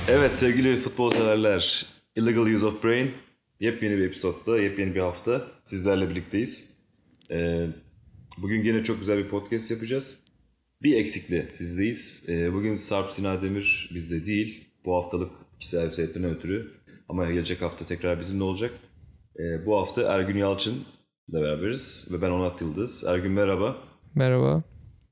Evet sevgili futbol severler, Illegal Use of Brain yepyeni bir episodda, yepyeni bir hafta sizlerle birlikteyiz. Ee, Bugün yine çok güzel bir podcast yapacağız. Bir eksikle sizdeyiz. Bugün Sarp Sinademir bizde değil. Bu haftalık kişisel sebeplerden ötürü. Ama gelecek hafta tekrar bizimle olacak. Bu hafta Ergün Yalçın'la beraberiz ve ben Onat Yıldız. Ergün merhaba. Merhaba.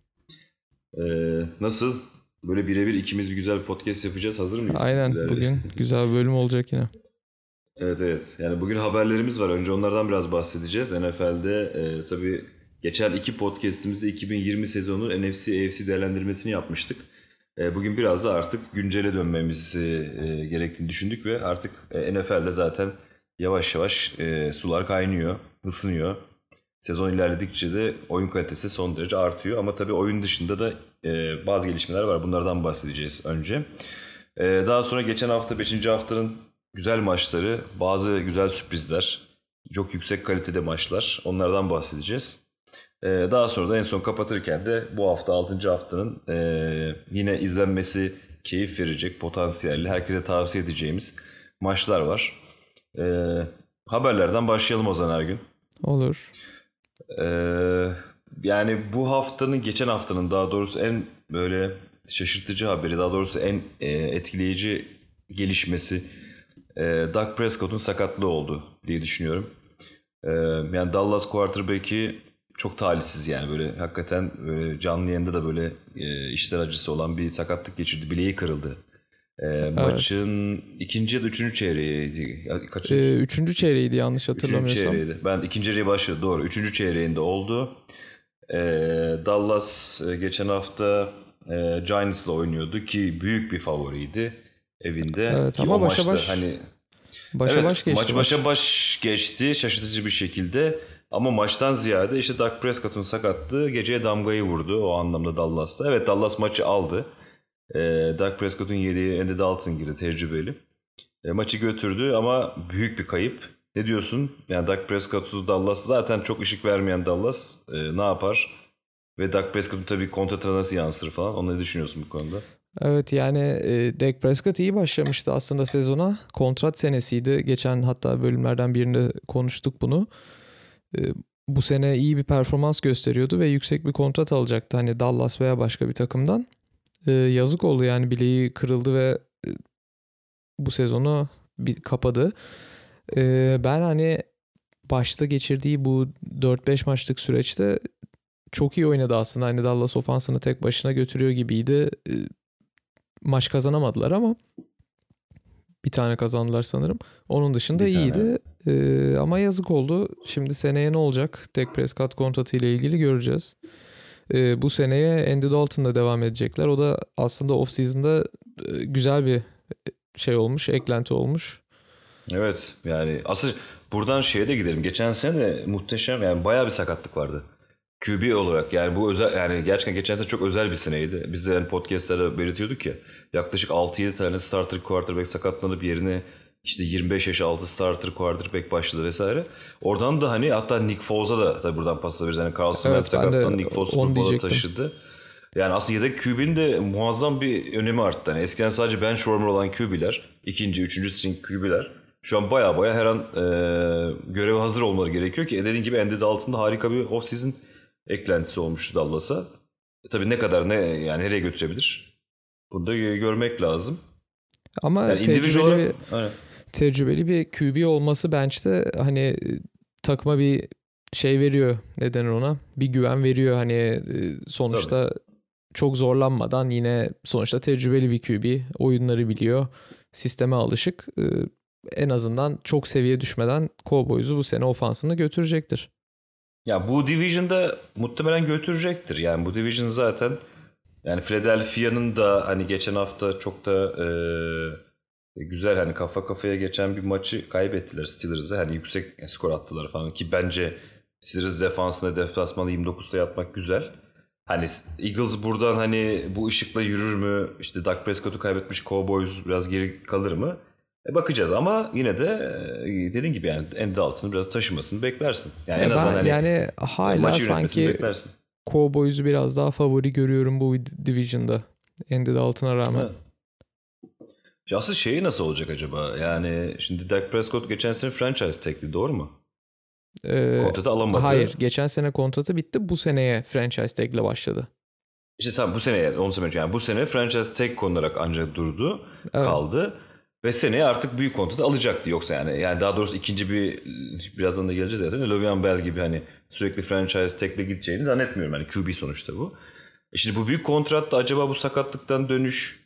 Nasıl? Böyle birebir ikimiz bir güzel bir podcast yapacağız. Hazır mıyız? Aynen, bugün güzel bir bölüm olacak yine. Evet. Yani bugün haberlerimiz var. Önce onlardan biraz bahsedeceğiz. NFL'de tabii geçen iki podcast'imizde 2020 sezonu NFC, AFC değerlendirmesini yapmıştık. Bugün biraz da artık güncele dönmemiz gerektiğini düşündük ve artık NFL'de zaten yavaş yavaş sular kaynıyor, ısınıyor. Sezon ilerledikçe de oyun kalitesi son derece artıyor. Ama tabii oyun dışında da bazı gelişmeler var. Bunlardan bahsedeceğiz önce. Daha sonra geçen hafta 5. haftanın güzel maçları, bazı güzel sürprizler, çok yüksek kalitede maçlar. Onlardan bahsedeceğiz. Daha sonra da en son kapatırken de bu hafta 6. haftanın yine izlenmesi keyif verecek potansiyelli, herkese tavsiye edeceğimiz maçlar var. Haberlerden başlayalım o zaman Ergün. Olur. Yani bu haftanın, geçen haftanın daha doğrusu en böyle şaşırtıcı haberi, daha doğrusu en etkileyici gelişmesi Dak Prescott'un sakatlığı oldu diye düşünüyorum. Yani Dallas quarterback'i çok talihsiz yani böyle hakikaten canlı yayında da böyle işler acısı olan bir sakatlık geçirdi. Bileği kırıldı. Evet. Maçın ikinci ya da üçüncü çeyreğiydi. Kaçıncı? Üçüncü çeyreğiydi yanlış Üçüncü hatırlamıyorsam. çeyreğiydi. Ben ikinci çeyreği başladı doğru. Üçüncü çeyreğinde oldu. Dallas geçen hafta Giants'la oynuyordu ki büyük bir favoriydi evinde Evet ki o ama maçta hani başa evet baş geçti maç maç. başa baş geçti şaşırtıcı bir şekilde ama maçtan ziyade işte Dak Prescott'un sakatlığı geceye damgayı vurdu o anlamda Dallas'ta. Evet Dallas maçı aldı. Dak Prescott'un yediği Andy Dalton girdi tecrübeli. Maçı götürdü ama büyük bir kayıp. Ne diyorsun? Yani Dak Prescott'suz Dallas zaten çok ışık vermeyen Dallas ne yapar? Ve Dak Prescott'un tabii kontratına nasıl yansır falan. Onu ne düşünüyorsun bu konuda? Evet yani Dak Prescott iyi başlamıştı aslında sezona. Kontrat senesiydi. Geçen hatta bölümlerden birinde konuştuk bunu. E, Bu sene iyi bir performans gösteriyordu ve yüksek bir kontrat alacaktı. Hani Dallas veya başka bir takımdan. Yazık oldu yani bileği kırıldı ve bu sezonu kapadı. Ben hani başta geçirdiği bu 4-5 maçlık süreçte çok iyi oynadı aslında. Hani Dallas ofansını tek başına götürüyor gibiydi. Maç kazanamadılar ama bir tane kazandılar sanırım. Onun dışında Bir tane evet. iyiydi. Ama yazık oldu. Şimdi seneye ne olacak? Dak Prescott kontratı ile ilgili göreceğiz. Bu seneye Andy Dalton'la devam edecekler. O da aslında off-season'da güzel bir şey olmuş, eklenti olmuş. Evet yani asıl buradan şeye de gidelim. Geçen sene de muhteşem yani bayağı bir sakatlık vardı. QB olarak yani bu özel yani gerçekten geçen sene çok özel bir seneydi. Biz de yani podcastlerde belirtiyorduk ya yaklaşık 6-7 tane starter quarterback sakatlanıp yerine işte 25 yaş altı starter quarterback başladı vesaire. Oradan da hani hatta Nick Foles'a da tabii buradan pas alabiliriz. Yani Carson Wentz Evet ben de sakatlandı, Nick Foles onu Super Bowl'a diyecektim. taşıdı. Yani aslında yedek QB'nin de muazzam bir önemi arttı. Yani eskiden sadece bench warmer olan QB'ler, ikinci, üçüncü string QB'ler şu an baya her an göreve hazır olmaları gerekiyor ki dediğin gibi Andy Dalton'da harika bir off-season eklentisi olmuştu Dallas'a. Tabii ne kadar yani nereye götürebilir? Bunu da görmek lazım. Ama Yani individual olarak hani, tecrübeli bir QB olması bench'te hani takıma bir şey veriyor. Ne denir ona? Bir güven veriyor. Hani tabii. sonuçta çok zorlanmadan yine sonuçta tecrübeli bir QB. Oyunları biliyor. Sisteme alışık. En azından çok seviye düşmeden Cowboys'u bu sene ofansını götürecektir. Ya bu division'da muhtemelen götürecektir. Yani bu division zaten yani Philadelphia'nın da hani geçen hafta çok da güzel hani kafa kafaya geçen bir maçı kaybettiler Steelers'a. Hani yüksek skor attılar falan ki bence Steelers defansına deplasmanı 29 sayı atmak güzel. Hani Eagles buradan hani bu ışıkla yürür mü? İşte Dak Prescott'u kaybetmiş Cowboys biraz geri kalır mı? Bakacağız ama yine de dediğin gibi yani Andy Dalton'ı biraz taşımasını beklersin. Yani en azından Ben hani yani hala maçı yönetmesini sanki beklersin. Cowboys'u biraz daha favori görüyorum bu division'da. Andy Dalton'a rağmen. Evet. Asıl şeyi nasıl olacak acaba? Yani şimdi Dak Prescott geçen sene franchise tag'ti, doğru mu? Ee, Kontratı alamadı. hayır, geçen sene kontratı bitti. Bu seneye franchise tag'le başladı. İşte tamam, bu sene onu söylemek, yani bu sene franchise tag konularak ancak durdu, Evet. kaldı ve seneye artık büyük kontratı alacaktı. Yoksa yani daha doğrusu ikinci birazdan da geleceğiz zaten. Le'Veon Bell gibi hani sürekli franchise tag'le gideceğini zannetmiyorum. Hani QB sonuçta bu. Şimdi bu büyük kontratta acaba bu sakatlıktan dönüş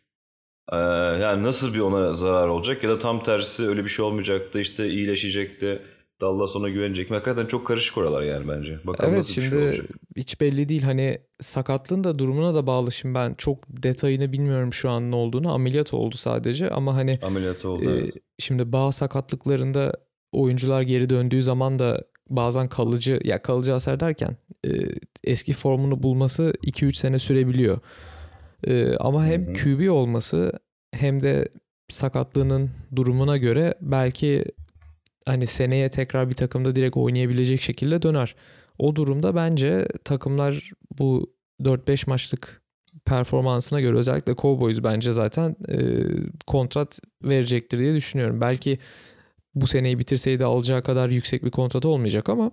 yani nasıl bir ona zarar olacak, ya da tam tersi öyle bir şey olmayacaktı, işte iyileşecekti. Dallas ona güvenecek mi? Hakikaten çok karışık oralar yani bence. Bakalım Evet, nasıl bir şey şimdi olacak. hiç belli değil. Hani sakatlığın da durumuna da bağlı. Şimdi ben çok detayını bilmiyorum şu an ne olduğunu. Ameliyat oldu sadece ama hani Ameliyat oldu, e, evet. şimdi bazı sakatlıklarında oyuncular geri döndüğü zaman da bazen kalıcı, ya kalıcı hasar derken e, eski formunu bulması 2-3 sene sürebiliyor. Ama Hı hem hı. QB olması hem de sakatlığının durumuna göre belki hani seneye tekrar bir takımda direkt oynayabilecek şekilde döner. O durumda bence takımlar bu 4-5 maçlık performansına göre, özellikle Cowboys bence zaten kontrat verecektir diye düşünüyorum. Belki bu seneyi bitirseydi alacağı kadar yüksek bir kontrat olmayacak ama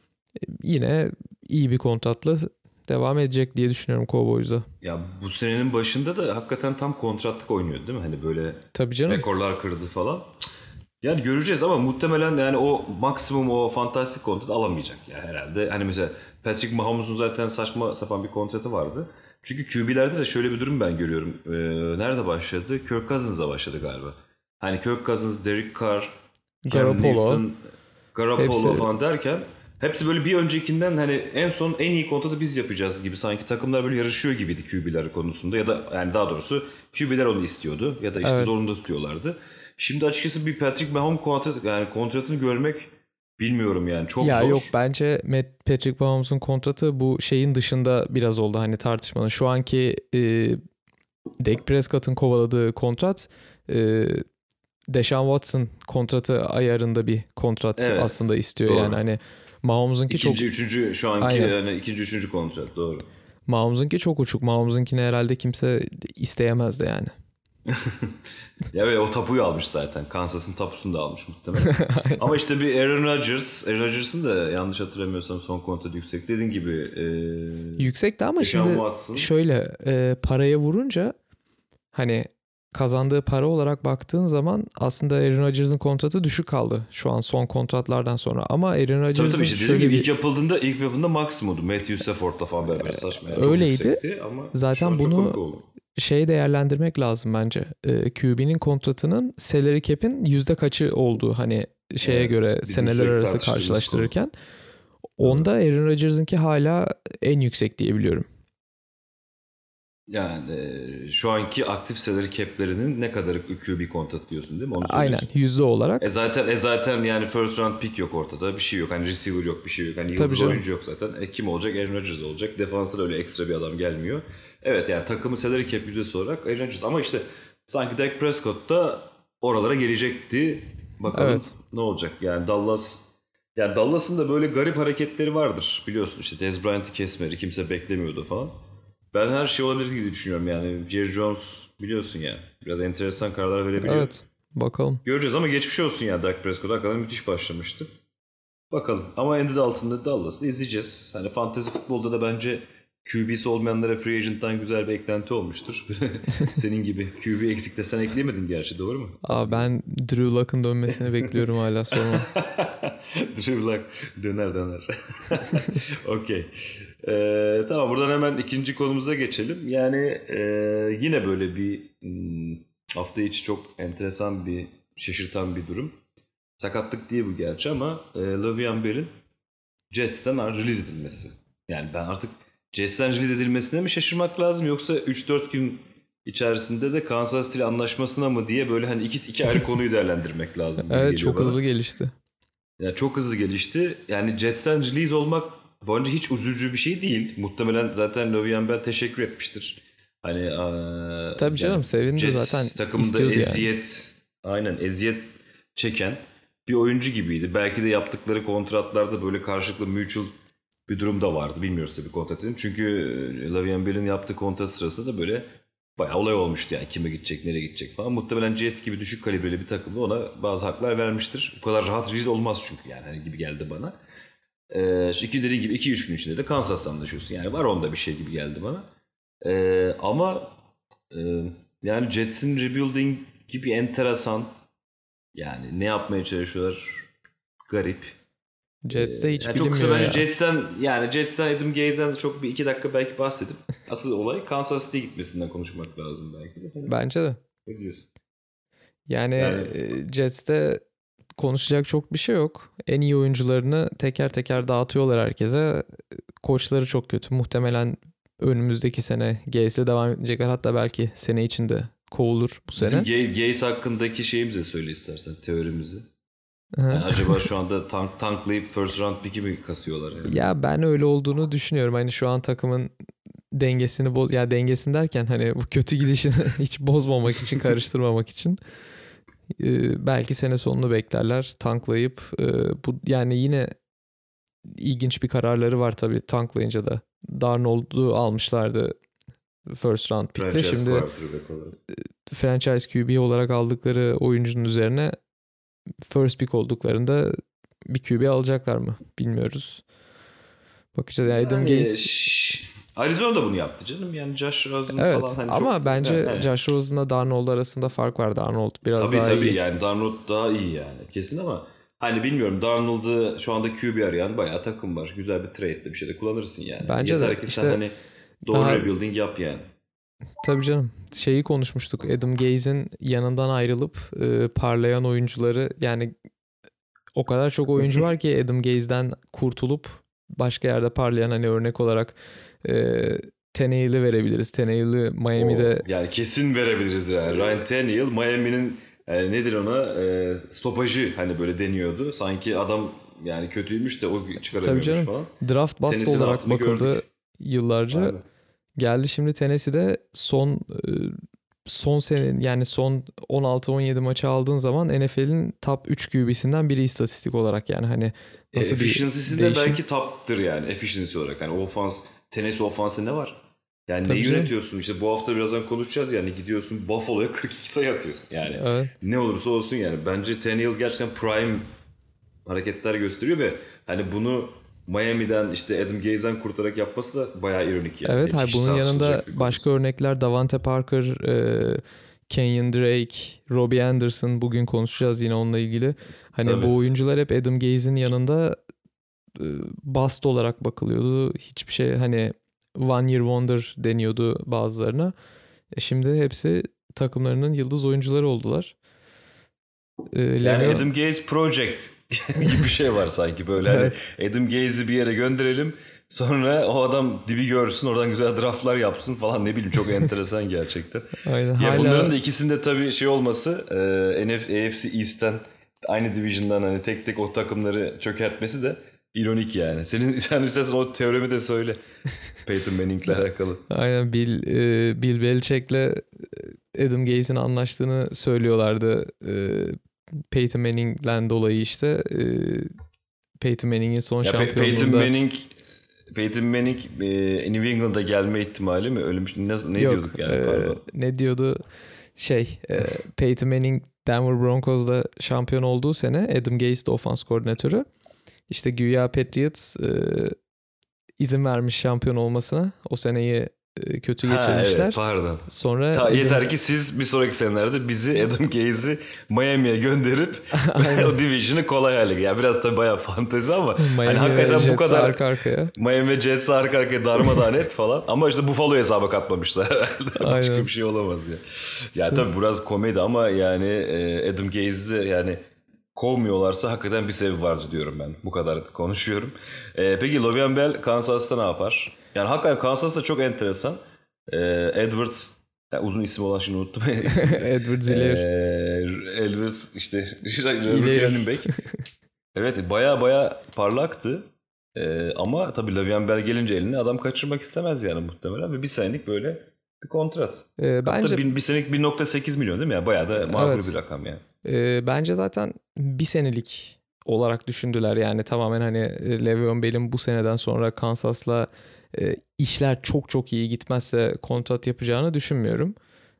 yine iyi bir kontratla devam edecek diye düşünüyorum Cowboys'da. Ya bu senenin başında da hakikaten tam kontratlık oynuyordu değil mi? Hani böyle Tabii canım. rekorlar kırdı falan. Yani göreceğiz ama muhtemelen yani o maksimum, o fantastik kontrat alamayacak ya herhalde. Hani mesela Patrick Mahomes'un zaten saçma sapan bir kontratı vardı. Çünkü QB'lerde de şöyle bir durum ben görüyorum. Nerede başladı? Kirk Cousins'la başladı galiba. Hani Kirk Cousins, Derek Carr, Cam Garoppolo Newton, Garoppolo hepsi, falan derken hepsi böyle bir öncekinden hani en son en iyi kontratı biz yapacağız gibi, sanki takımlar böyle yarışıyor gibiydi QB'ler konusunda, ya da yani daha doğrusu QB'ler onu istiyordu ya da işte evet. zorunda tutuyorlardı. Şimdi açıkçası bir Patrick Mahomes yani kontratını görmek, bilmiyorum yani, çok Ya yok, zor. bence Patrick Mahomes'un kontratı bu şeyin dışında biraz oldu hani tartışmanın. Şu anki Dak Prescott'ın kovaladığı kontrat Deshaun Watson kontratı ayarında bir kontrat Evet, aslında istiyor. Yani doğru. hani Mahomes'unki çok, İkinci, üçüncü, şu anki aynen. yani ikinci, üçüncü kontrat, doğru. Mahomes'unki çok uçuk. Mahomes'unkini herhalde kimse isteyemezdi yani. Ya ve o tapuyu almış zaten. Kansas'ın tapusunu da almış muhtemelen. Ama işte bir Aaron Rodgers'ın da yanlış hatırlamıyorsam son kontrat yüksek. Dediğin gibi Yüksekti ama Deshaun şimdi Watson. şöyle paraya vurunca hani kazandığı para olarak baktığın zaman aslında Aaron Rodgers'ın kontratı düşük kaldı şu an son kontratlardan sonra. Ama Aaron Tabii tabii, Rodgers'ın işte dediğim şöyle gibi bir ilk yapıldığında maksimumdu. Matthew Stafford'la falan beraber saçma, yani çok öyleydi. yüksekti ama şu an Zaten çok bunu komik oldu. şey değerlendirmek lazım bence. QB'nin kontratının salary cap'in yüzde kaçı olduğu, hani şeye Evet. göre Bizim seneler sürekli arası tartıştığımız konu. karşılaştırırken onda Doğru. Aaron Rodgers'ınki hala en yüksek diyebiliyorum. Yani şu anki aktif salary cap'lerinin ne kadar QB kontrat diyorsun değil mi? Onu Aynen, söylüyorsun. yüzde olarak. Zaten yani first round pick yok ortada. Bir şey yok. Hani receiver yok, bir şey yok. Hani Tabii yıldız canım. oyuncu yok zaten. Kim olacak? Aaron Rodgers olacak. Defansa da öyle ekstra bir adam gelmiyor. Evet, yani takımı salary cap yüzdesi olarak Aaron Rodgers. Ama işte sanki Dak Prescott da oralara gelecekti. Bakalım Evet. ne olacak? Yani Dallas'ın da böyle garip hareketleri vardır. Biliyorsun işte Dez Bryant'ı kesmeleri kimse beklemiyordu falan. Ben her şey olabilir gibi düşünüyorum yani. Jerry Jones biliyorsun ya. Biraz enteresan kararlar verebiliyor. Evet. Bakalım. Göreceğiz ama geçmiş olsun ya Dak Prescott. Hakikaten müthiş başlamıştı. Bakalım. Ama Andy Dalton'da Dallas'ı izleyeceğiz. Hani fantasy futbolda da bence QB'si olmayanlara free agent'tan güzel bir eklenti olmuştur. Senin gibi QB eksik de sen ekleyemedin gerçi, doğru mu? Aa, ben Drew Luck'ın dönmesini bekliyorum, hala sorma. Drew Luck döner döner. Okey. Tamam, buradan hemen ikinci konumuza geçelim. Yani yine böyle bir hafta içi çok enteresan bir, şaşırtan bir durum. Sakatlık değil bu gerçi ama Le'Veon Bell'in Jets'ten release edilmesi. Yani ben artık Jets'ten release edilmesine mi şaşırmak lazım, yoksa 3-4 gün içerisinde de Kansas City anlaşmasına mı diye böyle hani iki ayrı konuyu değerlendirmek lazım gibi Evet, geliyor çok bana. hızlı gelişti. Yani çok hızlı gelişti. Yani Jets'ten release olmak bence hiç üzücü bir şey değil. Muhtemelen zaten Le'Veon Bell teşekkür etmiştir. Hani Tabii yani canım, sevindi zaten, Jets takımında istiyordu yani. eziyet çeken bir oyuncu gibiydi. Belki de yaptıkları kontratlarda böyle karşılıklı mutual bir durum da vardı. Bilmiyoruz tabii kontratın. Çünkü Le'Veon Bell'in yaptığı kontrat sırasında da böyle bayağı olay olmuştu yani. Kime gidecek, nereye gidecek falan. Muhtemelen Jets gibi düşük kalibreli bir takımda ona bazı haklar vermiştir. Bu kadar rahat risk olmaz çünkü yani hani gibi geldi bana. Dediğin gibi 2-3 gün içinde de Kansas'la anlaşıyorsun. Yani var onda bir şey gibi geldi bana. Ama yani Jets'in rebuilding gibi enteresan. Yani ne yapmaya çalışıyorlar? Garip. Jets'te hiç Yani çok kısa bilinmiyor bence ya. Jets'ten Adam Gaze'den çok bir 2 dakika belki bahsedip asıl olay Kansas City'ye gitmesinden konuşmak lazım belki de. Bence de. Ne diyorsun? Yani Yani Jets'te konuşacak çok bir şey yok. En iyi oyuncularını teker teker dağıtıyorlar herkese. Koçları çok kötü. Muhtemelen önümüzdeki sene Gaze'le devam edecekler. Hatta belki sene içinde kovulur bu bizim sene. Gaze hakkındaki şeyimizi söyle istersen, teorimizi. Hı. Yani acaba şu anda tanklayıp first round pick'i mi kasıyorlar yani? Ya ben öyle olduğunu düşünüyorum. Hani şu an takımın dengesini ya dengesini derken hani bu kötü gidişini hiç bozmamak için, karıştırmamak için belki sene sonunu beklerler tanklayıp bu yani yine ilginç bir kararları var tabii tanklayınca da. Darnold'u almışlardı first round pick'te. Franchise Şimdi quarterback olarak. franchise QB olarak aldıkları oyuncunun üzerine first pick olduklarında bir QB alacaklar mı bilmiyoruz. Bakacağız. Yani Adam Yani Gase Arizona da bunu yaptı canım. Yani Josh Rosen evet falan hani ama çok bence yani, Josh Rosen'la Darnold arasında fark var. Darnold biraz tabii daha tabii iyi. yani Darnold daha iyi yani kesin ama hani bilmiyorum Darnold'u şu anda QB arayan bayağı takım var. Güzel bir trade'le bir şey de kullanırsın yani. Bence de Yeter ki sen işte hani doğru daha rebuilding yap yani. tabii canım şeyi konuşmuştuk. Adam Gaze'in yanından ayrılıp parlayan oyuncuları yani o kadar çok oyuncu var ki Adam Gaze'den kurtulup başka yerde parlayan hani örnek olarak Tannehill'i verebiliriz. Tannehill'i Miami'de Yani kesin verebiliriz yani. Ryan Tannehill Miami'nin nedir ona stopajı hani böyle deniyordu. Sanki adam yani kötüymüş de o tabii çıkaramıyormuş canım falan. draft bust Tennessee'nin olarak altını bakıldı gördük. yıllarca. Aynen. Geldi şimdi Tennessee'de son senenin yani son 16-17 maçı aldığın zaman NFL'in top 3 QB'sinden biri istatistik olarak yani hani nasıl bir Efficiency'si de değişim. belki top'tır yani efficiency olarak. Yani ofans, Tennessee ofansı ne var? Yani Tabii neyi canım. yönetiyorsun? İşte bu hafta birazdan konuşacağız yani gidiyorsun Buffalo'ya 42 sayı atıyorsun. Yani Evet. ne olursa olsun yani. Bence Tannehill gerçekten prime hareketler gösteriyor ve hani bunu Miami'den işte Adam Gaze'den kurtarak yapması da bayağı ironik yani. Evet, hayır, Hiç bunun yanında tartışılacak bir konu. başka örnekler Davante Parker, Kenyon Drake, Robbie Anderson bugün konuşacağız yine onunla ilgili. Hani Tabii. bu oyuncular hep Adam Gaze'in yanında bust olarak bakılıyordu. Hiçbir şey hani one year wonder deniyordu bazılarına. Şimdi hepsi takımlarının yıldız oyuncuları oldular. Yani Le'Veon Adam Gaze Project gibi bir şey var sanki böyle hani evet, Adam Gaze'i bir yere gönderelim sonra o adam dibi görsün oradan güzel draftlar yapsın falan ne bileyim çok enteresan gerçekten. aynen Ya bunların hala da ikisinde tabii şey olması AFC East'ten aynı division'dan hani tek tek o takımları çökertmesi de ironik yani. Sen istersen o teoremi de söyle Peyton Manning'le alakalı. aynen Bill Belichick'le Adam Gaze'in anlaştığını söylüyorlardı. Peyton Manning'den dolayı işte Peyton Manning'in son Ya şampiyonluğunda Peyton Manning New England'a gelme ihtimali mi? Öyle bir şey. Ne yok diyorduk yani pardon. ne diyordu Peyton Manning Denver Broncos'da şampiyon olduğu sene Adam Gase de ofans koordinatörü. İşte güya Patriots izin vermiş şampiyon olmasına. O seneyi kötü Ha evet geçirmişler. pardon. Sonra Adam Yeter ki siz bir sonraki senelerde bizi Adam Gaze'i Miami'ye gönderip aynen o division'ı kolay hale. Ya biraz tabii bayağı fantezi ama hani Miami ve hakikaten bu Jets'i kadar arka arkaya. Miami ve Jets'i arka arkaya darmadağın et falan. Ama işte Buffalo'ya hesaba katmamışlar herhalde. Başka Aynen. bir şey olamaz ya. Ya tabii biraz komedi ama yani Adam Gaze'i yani kovmuyorlarsa hakikaten bir sebebi vardır diyorum ben. Bu kadar konuşuyorum. Peki Le'Veon Bell Kansas'ta ne yapar? Yani hakikaten Kansas'ta çok enteresan. Edwards yani uzun isim olan şimdi unuttum isimleri. Edward Ziller. Edwards işte rookie İleri. running back. Evet baya parlaktı. Ama tabii Le'Veon Bell gelince eline adam kaçırmak istemez yani muhtemelen. Ve bir senelik böyle bir kontrat. Hatta Bence bir senelik 1,8 milyon değil mi? Yani bayağı da makul evet. bir rakam yani. Bence zaten bir senelik olarak düşündüler yani tamamen hani Le'Veon Bell'in bu seneden sonra Kansas'la işler çok çok iyi gitmezse kontrat yapacağını düşünmüyorum.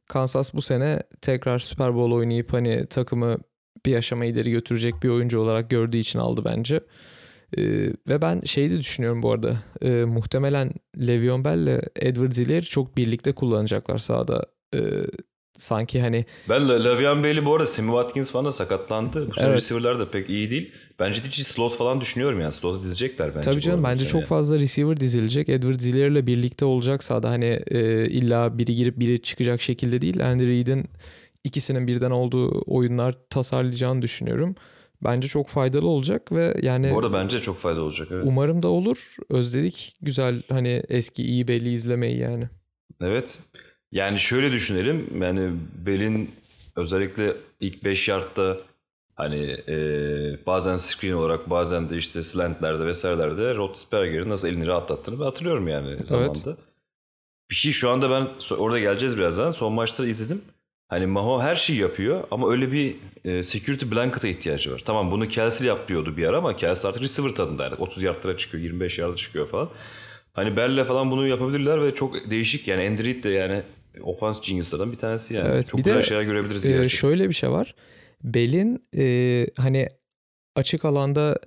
Kansas bu sene tekrar Super Bowl oynayıp hani takımı bir aşama ileri götürecek bir oyuncu olarak gördüğü için aldı bence. Ve ben şeyi de düşünüyorum bu arada. Muhtemelen Le'Veon Bell ile Edwards-Helaire çok birlikte kullanacaklar sahada. Sanki hani Ben Le'Veon Bell'i bu arada Sammy Watkins falan da sakatlandı. Bu sene evet. receiver'lar da pek iyi değil. Bence hiç slot falan düşünüyorum yani. Slot'a dizecekler bence. Tabii canım, bence çok fazla receiver dizilecek. Edwards-Helaire ile birlikte olacak sahada. Hani illa biri girip biri çıkacak şekilde değil. Andy Reid'in ikisinin birden olduğu oyunlar tasarlayacağını düşünüyorum. Bence çok faydalı olacak ve yani Bu arada bence çok faydalı olacak. Evet. umarım da olur. Özledik güzel hani eski iyi Bell'i izlemeyi yani. Evet. Yani şöyle düşünelim. Yani Bell'in özellikle ilk 5 yardta hani bazen screen olarak bazen de işte slantlerde vesairelerde Roethlisberger'in nasıl elini rahatlattığını ben hatırlıyorum yani zamanda. Bir şey şu anda ben orada geleceğiz birazdan. Son maçta izledim. Hani Maho her şeyi yapıyor ama öyle bir security blanket'a ihtiyacı var. Tamam bunu Kelsey yapıyordu bir ara ama Kelsey artık receiver tadındaydı. 30 yardlara çıkıyor, 25 yarda çıkıyor falan. Hani Bell'le falan bunu yapabilirler ve çok değişik yani Andy Reid de yani offense genius'lardan bir tanesi yani. Evet, Çok bir güzel de şeyler görebiliriz gerçekten. şöyle bir şey var. Bell'in hani açık alanda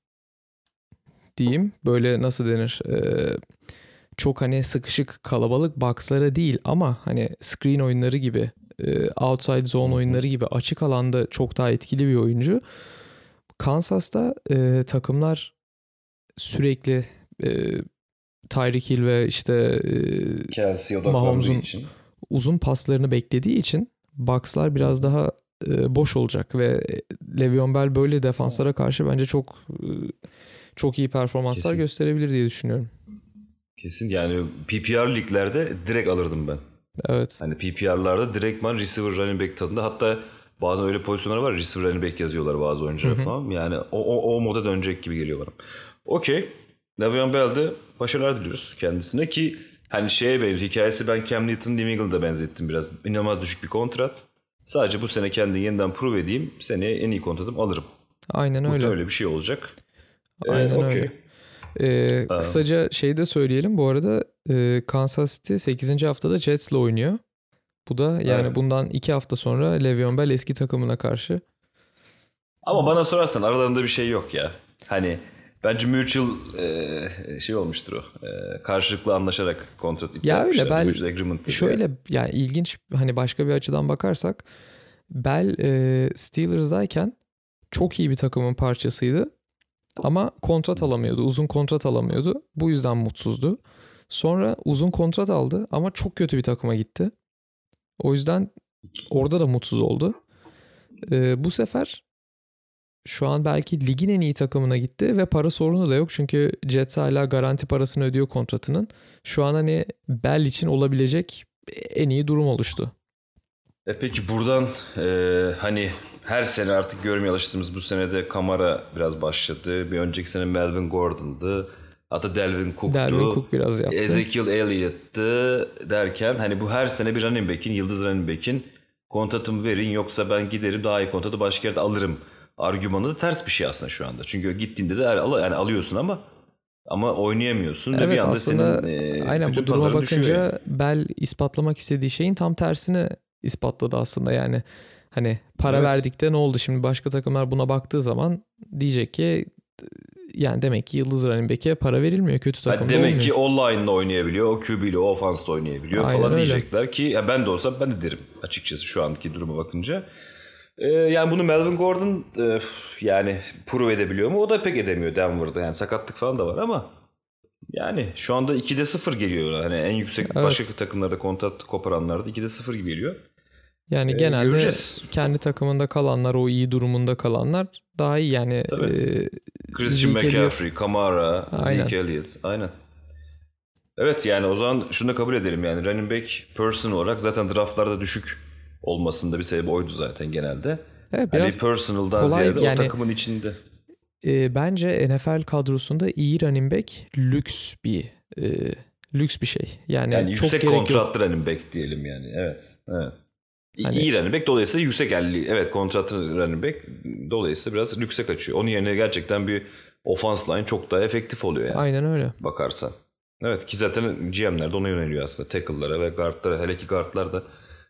diyeyim böyle nasıl denir? Çok hani sıkışık kalabalık box'lara değil ama hani screen oyunları gibi outside zone oyunları gibi açık alanda çok daha etkili bir oyuncu. Kansas'ta takımlar sürekli Tyreek Hill ve işte Kelsey odaklandığı Mahomes'un için. uzun paslarını beklediği için box'lar biraz daha boş olacak ve Le'Veon Bell böyle defanslara karşı bence çok iyi performanslar Kesin. gösterebilir diye düşünüyorum. Kesin yani PPR liglerde direkt alırdım ben. Evet. Hani PPR'larda direktman receiver running back tadında, hatta bazen öyle pozisyonlar var, receiver running back yazıyorlar bazı oyunculara falan. Yani o moda dönecek gibi geliyor bana. Okey. Le'Veon Bell'de başarılar diliyoruz kendisine ki hani şeye benziyor. Hikayesi ben Cam Newton'u New England'a benzettim biraz. İnanılmaz düşük bir kontrat. Sadece bu sene kendini yeniden prove edeyim. Seneye en iyi kontratımı alırım. Aynen öyle. Muhtemelen öyle bir şey olacak. Aynen Okey. öyle. Kısaca şey de söyleyelim. Bu arada Kansas City 8. haftada Jets'le oynuyor. Bu da yani Evet. bundan 2 hafta sonra Le'Veon Bell eski takımına karşı. Ama bana sorarsan aralarında bir şey yok ya. Hani bence mutual şey olmuştur o. Karşılıklı anlaşarak kontrat iptal Ya öyle etmişler. Bell Mutual agreement. şöyle yani ilginç hani başka bir açıdan bakarsak Bell Steelers'dayken çok iyi bir takımın parçasıydı. Ama kontrat alamıyordu. Uzun kontrat alamıyordu. Bu yüzden mutsuzdu. Sonra uzun kontrat aldı ama çok kötü bir takıma gitti. O yüzden orada da mutsuz oldu. Bu sefer şu an belki ligin en iyi takımına gitti ve para sorunu da yok. Çünkü Jets hala garanti parasını ödüyor kontratının. Şu an hani Bell için olabilecek en iyi durum oluştu. Peki buradan hani her sene artık görmeye alıştığımız, bu sene de Kamara biraz başladı. Bir önceki sene Melvin Gordon'dı. Hatta Dalvin Cook'tu. Dalvin Cook biraz yaptı. Ezekiel Elliott'tı derken hani bu her sene bir running back'in, yıldız running back'in kontratımı verin yoksa ben giderim daha iyi kontratı başka yerde alırım argümanı da ters bir şey aslında şu anda. Çünkü gittiğinde de yani alıyorsun ama oynayamıyorsun. Evet, Ve bir anda aslında aynen bütün bu duruma pazarın düşüyor bakınca yani. Bell ispatlamak istediği şeyin tam tersini ispatladı aslında yani. Hani para Evet. verdik de ne oldu şimdi, başka takımlar buna baktığı zaman diyecek ki yani demek ki yıldız running back'e para verilmiyor, kötü Hani takımda demek olmuyor. ki o line'la oynayabiliyor, o QB ile, o offense'la oynayabiliyor Aynen falan öyle. diyecekler ki ya ben de olsam ben de derim açıkçası şu anki duruma bakınca. Yani bunu Melvin Gordon yani prove edebiliyor mu? O da pek edemiyor Denver'da. Yani sakatlık falan da var ama yani şu anda 2'de 0 geliyor. Hani en yüksek Evet. başka takımlarda kontrat koparanlarda 2'de 0 gibi geliyor. Yani genelde Göreceğiz. kendi takımında kalanlar, o iyi durumunda kalanlar daha iyi yani. Christian Zeke Elliott. McCaffrey, Kamara, Aynen. Zeke Elliott. Aynen. Evet yani o zaman şunu da kabul edelim yani running back person olarak zaten draftlarda düşük olmasında bir sebebi oydu zaten genelde. Evet, Hani biraz personal'dan kolay ziyade yani. o takımın içinde. Bence NFL kadrosunda iyi running back lüks bir şey. Yani Yani çok yüksek gerek yok. kontratlı running back diyelim yani. Evet. Evet. Hani- İyi running back dolayısıyla yüksek 50. Evet, kontratlı running back dolayısıyla biraz lükse kaçıyor. Onun yerine gerçekten bir offense line çok daha efektif oluyor yani. Aynen öyle. Bakarsan. Evet ki zaten GM'ler de ona yöneliyor aslında. Tackle'lara ve guard'lara, hele ki guard'lar da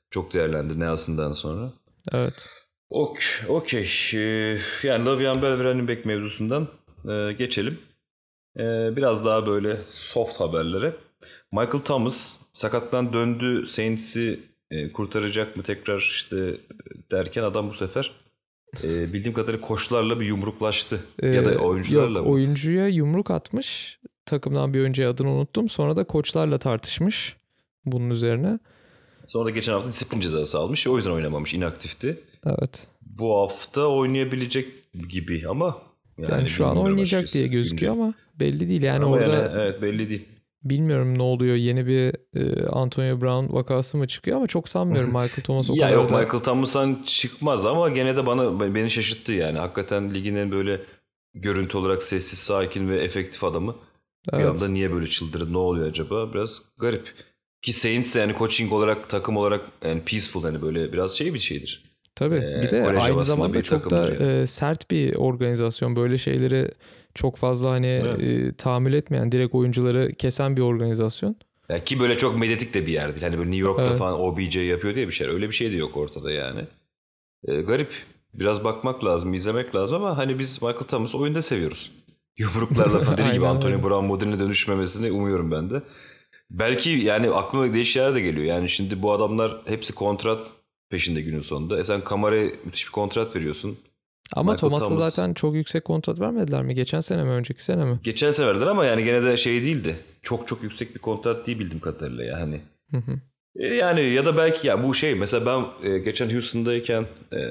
Çok değerlendi Nelson'dan sonra. Evet. Okey. Yani Le'Veon Bell ve running back mevzusundan geçelim. Biraz daha böyle soft haberlere. Michael Thomas sakatlıktan döndü. Saints'i kurtaracak mı tekrar işte derken adam bu sefer bildiğim kadarıyla koçlarla bir yumruklaştı. Ya da oyuncularla Yok, mı? oyuncuya yumruk atmış. Takımdan bir önce adını unuttum. Sonra da koçlarla tartışmış bunun üzerine. Sonra da geçen hafta disiplin cezası almış. O yüzden oynamamış. İnaktifti. Evet. Bu hafta oynayabilecek gibi ama Yani şu an bilmiyorum oynayacak açıkçası diye gözüküyor güncel. ama belli değil. Yani Ama orada evet belli değil. bilmiyorum ne oluyor. Yeni bir Antonio Brown vakası mı çıkıyor ama çok sanmıyorum Michael Thomas o Ya kadar yok, da. Michael Thomas'tan çıkmaz ama gene de beni şaşırttı yani. Hakikaten ligin en böyle görüntü olarak sessiz, sakin ve efektif adamı bir anda Evet. niye böyle çıldırdı? Ne oluyor acaba? Biraz garip. Ki Saints yani coaching olarak, takım olarak yani peaceful, hani böyle biraz şey bir şeydir. Tabii. Bir de Kolej aynı havasında zamanda bir çok takımdır da yani. sert bir organizasyon. Böyle şeyleri çok fazla hani Evet. tahammül etmeyen, direkt oyuncuları kesen bir organizasyon. Ya ki böyle çok medyatik de bir yer değil. Hani böyle New York'ta Evet. falan OBJ yapıyor diye bir şey. Öyle bir şey de yok ortada yani. Garip. Biraz bakmak lazım, izlemek lazım ama hani biz Michael Thomas'ı oyunda seviyoruz. Yumruklarla falan dediği gibi Aynen Antonio öyle. Brown modeline dönüşmemesini umuyorum ben de. Belki yani aklıma değişik şeyler de geliyor. Yani şimdi bu adamlar hepsi kontrat peşinde günün sonunda. Sen Kamara'ya müthiş bir kontrat veriyorsun. Ama Michael Thomas'a Thomas zaten çok yüksek kontrat vermediler mi? Geçen sene mi, önceki sene mi? geçen sene verdiler ama yani gene de şey değildi. Çok çok yüksek bir kontrat değil bildiğim kadarıyla yani. Hı hı. Yani ya da belki ya bu şey mesela ben geçen Houston'dayken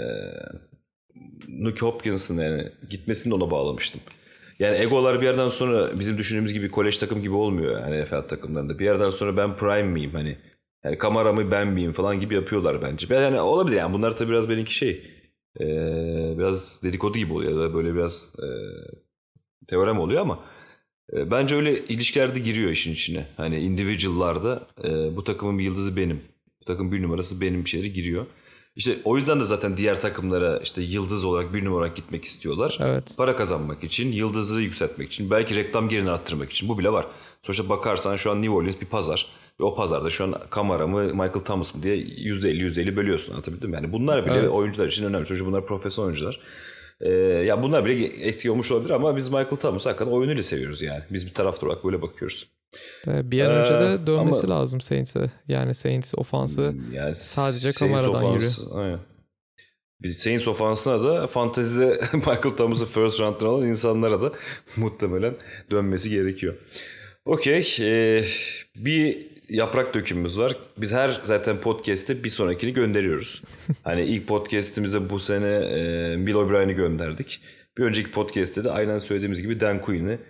Nuke Hopkins'ın yani gitmesini de ona bağlamıştım. Yani egolar bir yerden sonra bizim düşündüğümüz gibi kolej takım gibi olmuyor yani NFL takımlarında. Bir yerden sonra ben prime miyim hani, yani Kamara mı ben miyim falan gibi yapıyorlar bence. Ben yani olabilir yani, bunlar tabii biraz benimki şey biraz dedikodu gibi oluyor ya da böyle biraz teorem oluyor ama bence öyle ilişkilerde giriyor işin içine. Hani individual'larda bu takımın bir yıldızı benim. Bu takımın bir numarası benim şeyleri giriyor. İşte o yüzden de zaten diğer takımlara işte yıldız olarak, bir numara olarak gitmek istiyorlar. Evet. Para kazanmak için, yıldızı yükseltmek için, belki reklam gelirini arttırmak için. Bu bile var. Sonuçta bakarsan şu an New Orleans bir pazar. Ve o pazarda şu an Kamara mı, Michael Thomas mı diye %50 bölüyorsun, anlatabildim mi? Yani bunlar bile Evet. oyuncular için önemli. Sonuçta bunlar profesyonel oyuncular. Ya bunlar bile etki olmuş olabilir ama biz Michael Thomas'ı hakikaten oyunuyla seviyoruz yani. Biz bir taraftar olarak böyle bakıyoruz. Bir an önce de Ama dönmesi lazım Saints'e. Yani Saints ofansı yani sadece Saints Kamara'dan yürüyor. ofansı, aynen. Bir Saints ofansına da fantezide Michael Thomas'ı first round'dan alan insanlara da muhtemelen dönmesi gerekiyor. Okey. Bir yaprak dökümümüz var. Biz her zaten podcast'te bir sonrakini gönderiyoruz. Hani ilk podcast'imize bu sene Bill O'Brien'i gönderdik. Bir önceki podcast'te de aynen söylediğimiz gibi Dan Quinn'i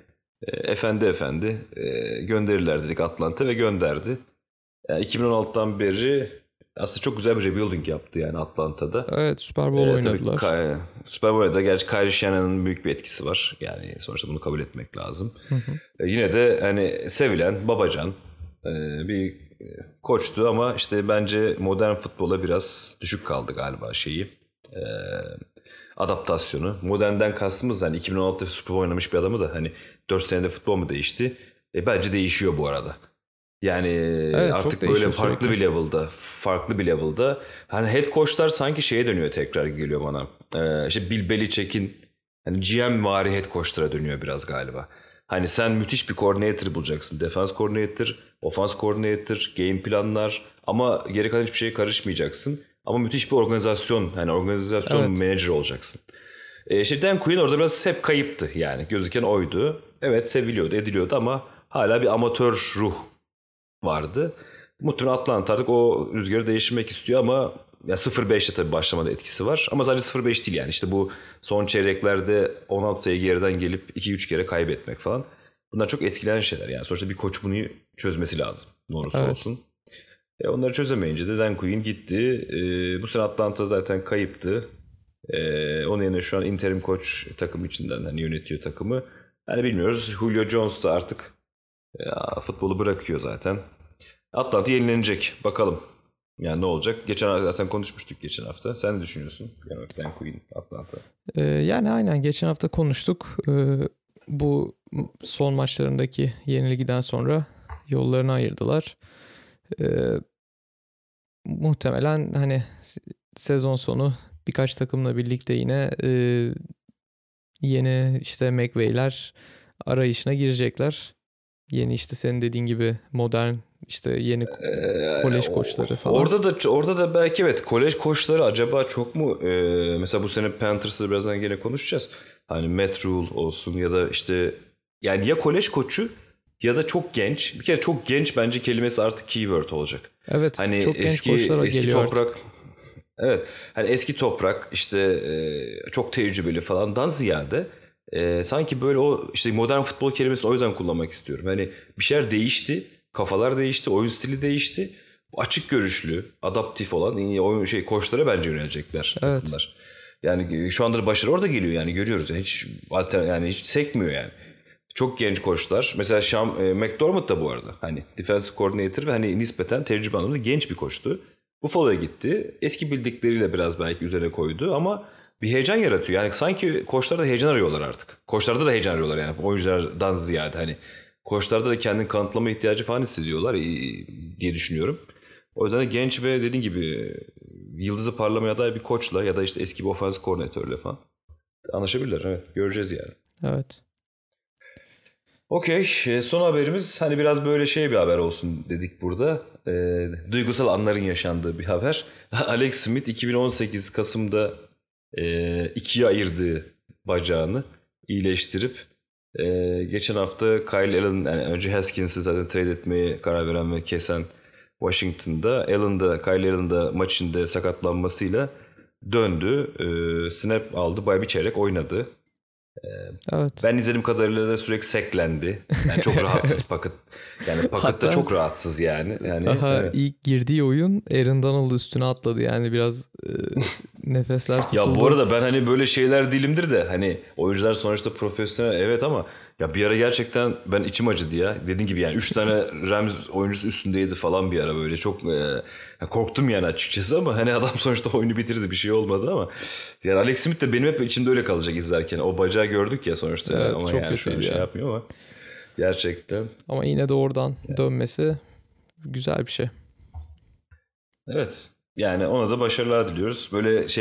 efendi gönderirler dedik Atlanta ve gönderdi. Yani 2016'dan beri aslında çok güzel bir rebuilding yaptı yani Atlanta'da. Evet, Super Bowl Tabii oynadılar. Super Bowl'da gerçi Kyrie Shannon'ın büyük bir etkisi var. Yani sonuçta bunu kabul etmek lazım. Hı hı. Yine de hani sevilen, babacan bir koçtu ama işte bence modern futbola biraz düşük kaldı galiba şeyi. E, Adaptasyonu. Modernden kastımız hani 2016'da Super Bowl oynamış bir adamı da hani 4 senede futbol mu değişti? Bence değişiyor bu arada. Yani Evet, çok artık böyle değişiyor sürekli. farklı bir level'da. Hani head coach'lar sanki şeye dönüyor, tekrar geliyor bana. İşte Bill Belichick'in hani GM vari head coach'lara dönüyor biraz galiba. Hani sen müthiş bir coordinator bulacaksın. Defense coordinator, offense coordinator, game planlar ama geri kalan hiçbir şeye karışmayacaksın. Ama müthiş bir organizasyon, hani organizasyon Evet. manager olacaksın. İşte Dan Quinn orada biraz hep kayıptı yani. Gözüken oydu. Evet, seviliyordu, ediliyordu ama hala bir amatör ruh vardı. Muhtemelen Atlanta artık o rüzgarı değiştirmek istiyor ama ya 0-5'te tabii başlamada etkisi var. Ama sadece 0-5 değil yani. İşte bu son çeyreklerde 16 sayı geriden gelip 2-3 kere kaybetmek falan. Bunlar çok etkileyen şeyler yani. Sonuçta bir koç bunu çözmesi lazım. Ne olursa Evet. olsun. Onları çözemeyince de Dan Quinn gitti. Bu sene Atlanta zaten kayıptı. Onun yerine şu an interim koç takım içinden hani yönetiyor takımı. Yani bilmiyoruz. Julio Jones da artık futbolu bırakıyor zaten. Atlanta yenilenecek. Bakalım. Yani ne olacak? Geçen hafta zaten konuşmuştuk geçen hafta. Sen ne düşünüyorsun? Yani Dan Quinn, Atlanta. Yani aynen geçen hafta konuştuk. Bu son maçlarındaki yenilgiden sonra yollarını ayırdılar. Ee, muhtemelen hani sezon sonu birkaç takımla birlikte yine yeni işte McVay'ler arayışına girecekler. Yeni işte senin dediğin gibi modern işte yeni kolej koçları falan. Orada da belki evet, kolej koçları acaba çok mu mesela bu sene Panthers'ı birazdan gene konuşacağız. Hani Matt Rhule olsun ya da işte yani ya kolej koçu ya da çok genç. Bir kere çok genç bence kelimesi artık keyword olacak. Evet, Hani çok genç koçlar eski geliyor toprak artık. evet, hani eski toprak işte çok tecrübeli falandan ziyade sanki böyle o işte modern futbol kelimesini o yüzden kullanmak istiyorum. Hani bir şeyler değişti, kafalar değişti, oyun stili değişti. Açık görüşlü, adaptif olan iyi oyun koçlara bence yönelecekler Evet. takımlar. Yani şu anda da başarı orada geliyor yani görüyoruz. Yani hiç yani hiç sekmiyor yani. Çok genç koçlar. Mesela McDermott da bu arada. Hani defensive coordinator ve hani nispeten tecrübe anlamında genç bir koçtu. Buffalo'ya gitti. Eski bildikleriyle biraz belki üzerine koydu ama bir heyecan yaratıyor. Yani sanki koçlar da heyecan arıyorlar artık. Koçlarda da heyecan arıyorlar yani oyunculardan ziyade. Hani koçlarda da kendini kanıtlama ihtiyacı falan hissediyorlar diye düşünüyorum. O yüzden de genç ve dediğin gibi yıldızı parlamaya dair bir koçla ya da işte eski bir ofans koordinatörle falan anlaşabilirler. Evet, göreceğiz yani. Evet. Okey. Son haberimiz hani biraz böyle bir haber olsun dedik burada. Duygusal anların yaşandığı bir haber. Alex Smith 2018 Kasım'da ikiye ayırdığı bacağını iyileştirip geçen hafta Kyle Allen, yani önce Haskins'i zaten trade etmeye karar veren ve kesen Washington'da, Kyle Allen da maç içinde sakatlanmasıyla döndü. Snap aldı. Bayağı bir çeyrek oynadı. Evet. Ben izlediğim kadarıyla da sürekli seklendi. Yani çok rahatsız Puckett. Yani Puckett da Hatta çok rahatsız yani. Yani daha evet. ilk girdiği oyun Aaron Donald üstüne atladı. Yani biraz nefesler Ya bu tutuldu. arada ben hani böyle şeyler değilimdir de hani oyuncular sonuçta profesyonel evet ama ya bir ara gerçekten ben içim acıdı ya. Dediğin gibi yani 3 tane Rams oyuncusu üstündeydi falan bir ara böyle çok korktum yani açıkçası ama hani adam sonuçta oyunu bitirdi bir şey olmadı ama yani Alex Smith de benim hep içimde öyle kalacak izlerken. O bacağı gördük ya sonuçta Evet, ama çok yani şu an kötüydü şey ya. yapmıyor ama gerçekten. Ama yine de oradan dönmesi güzel bir şey. Evet. Yani ona da başarılar diliyoruz. Böyle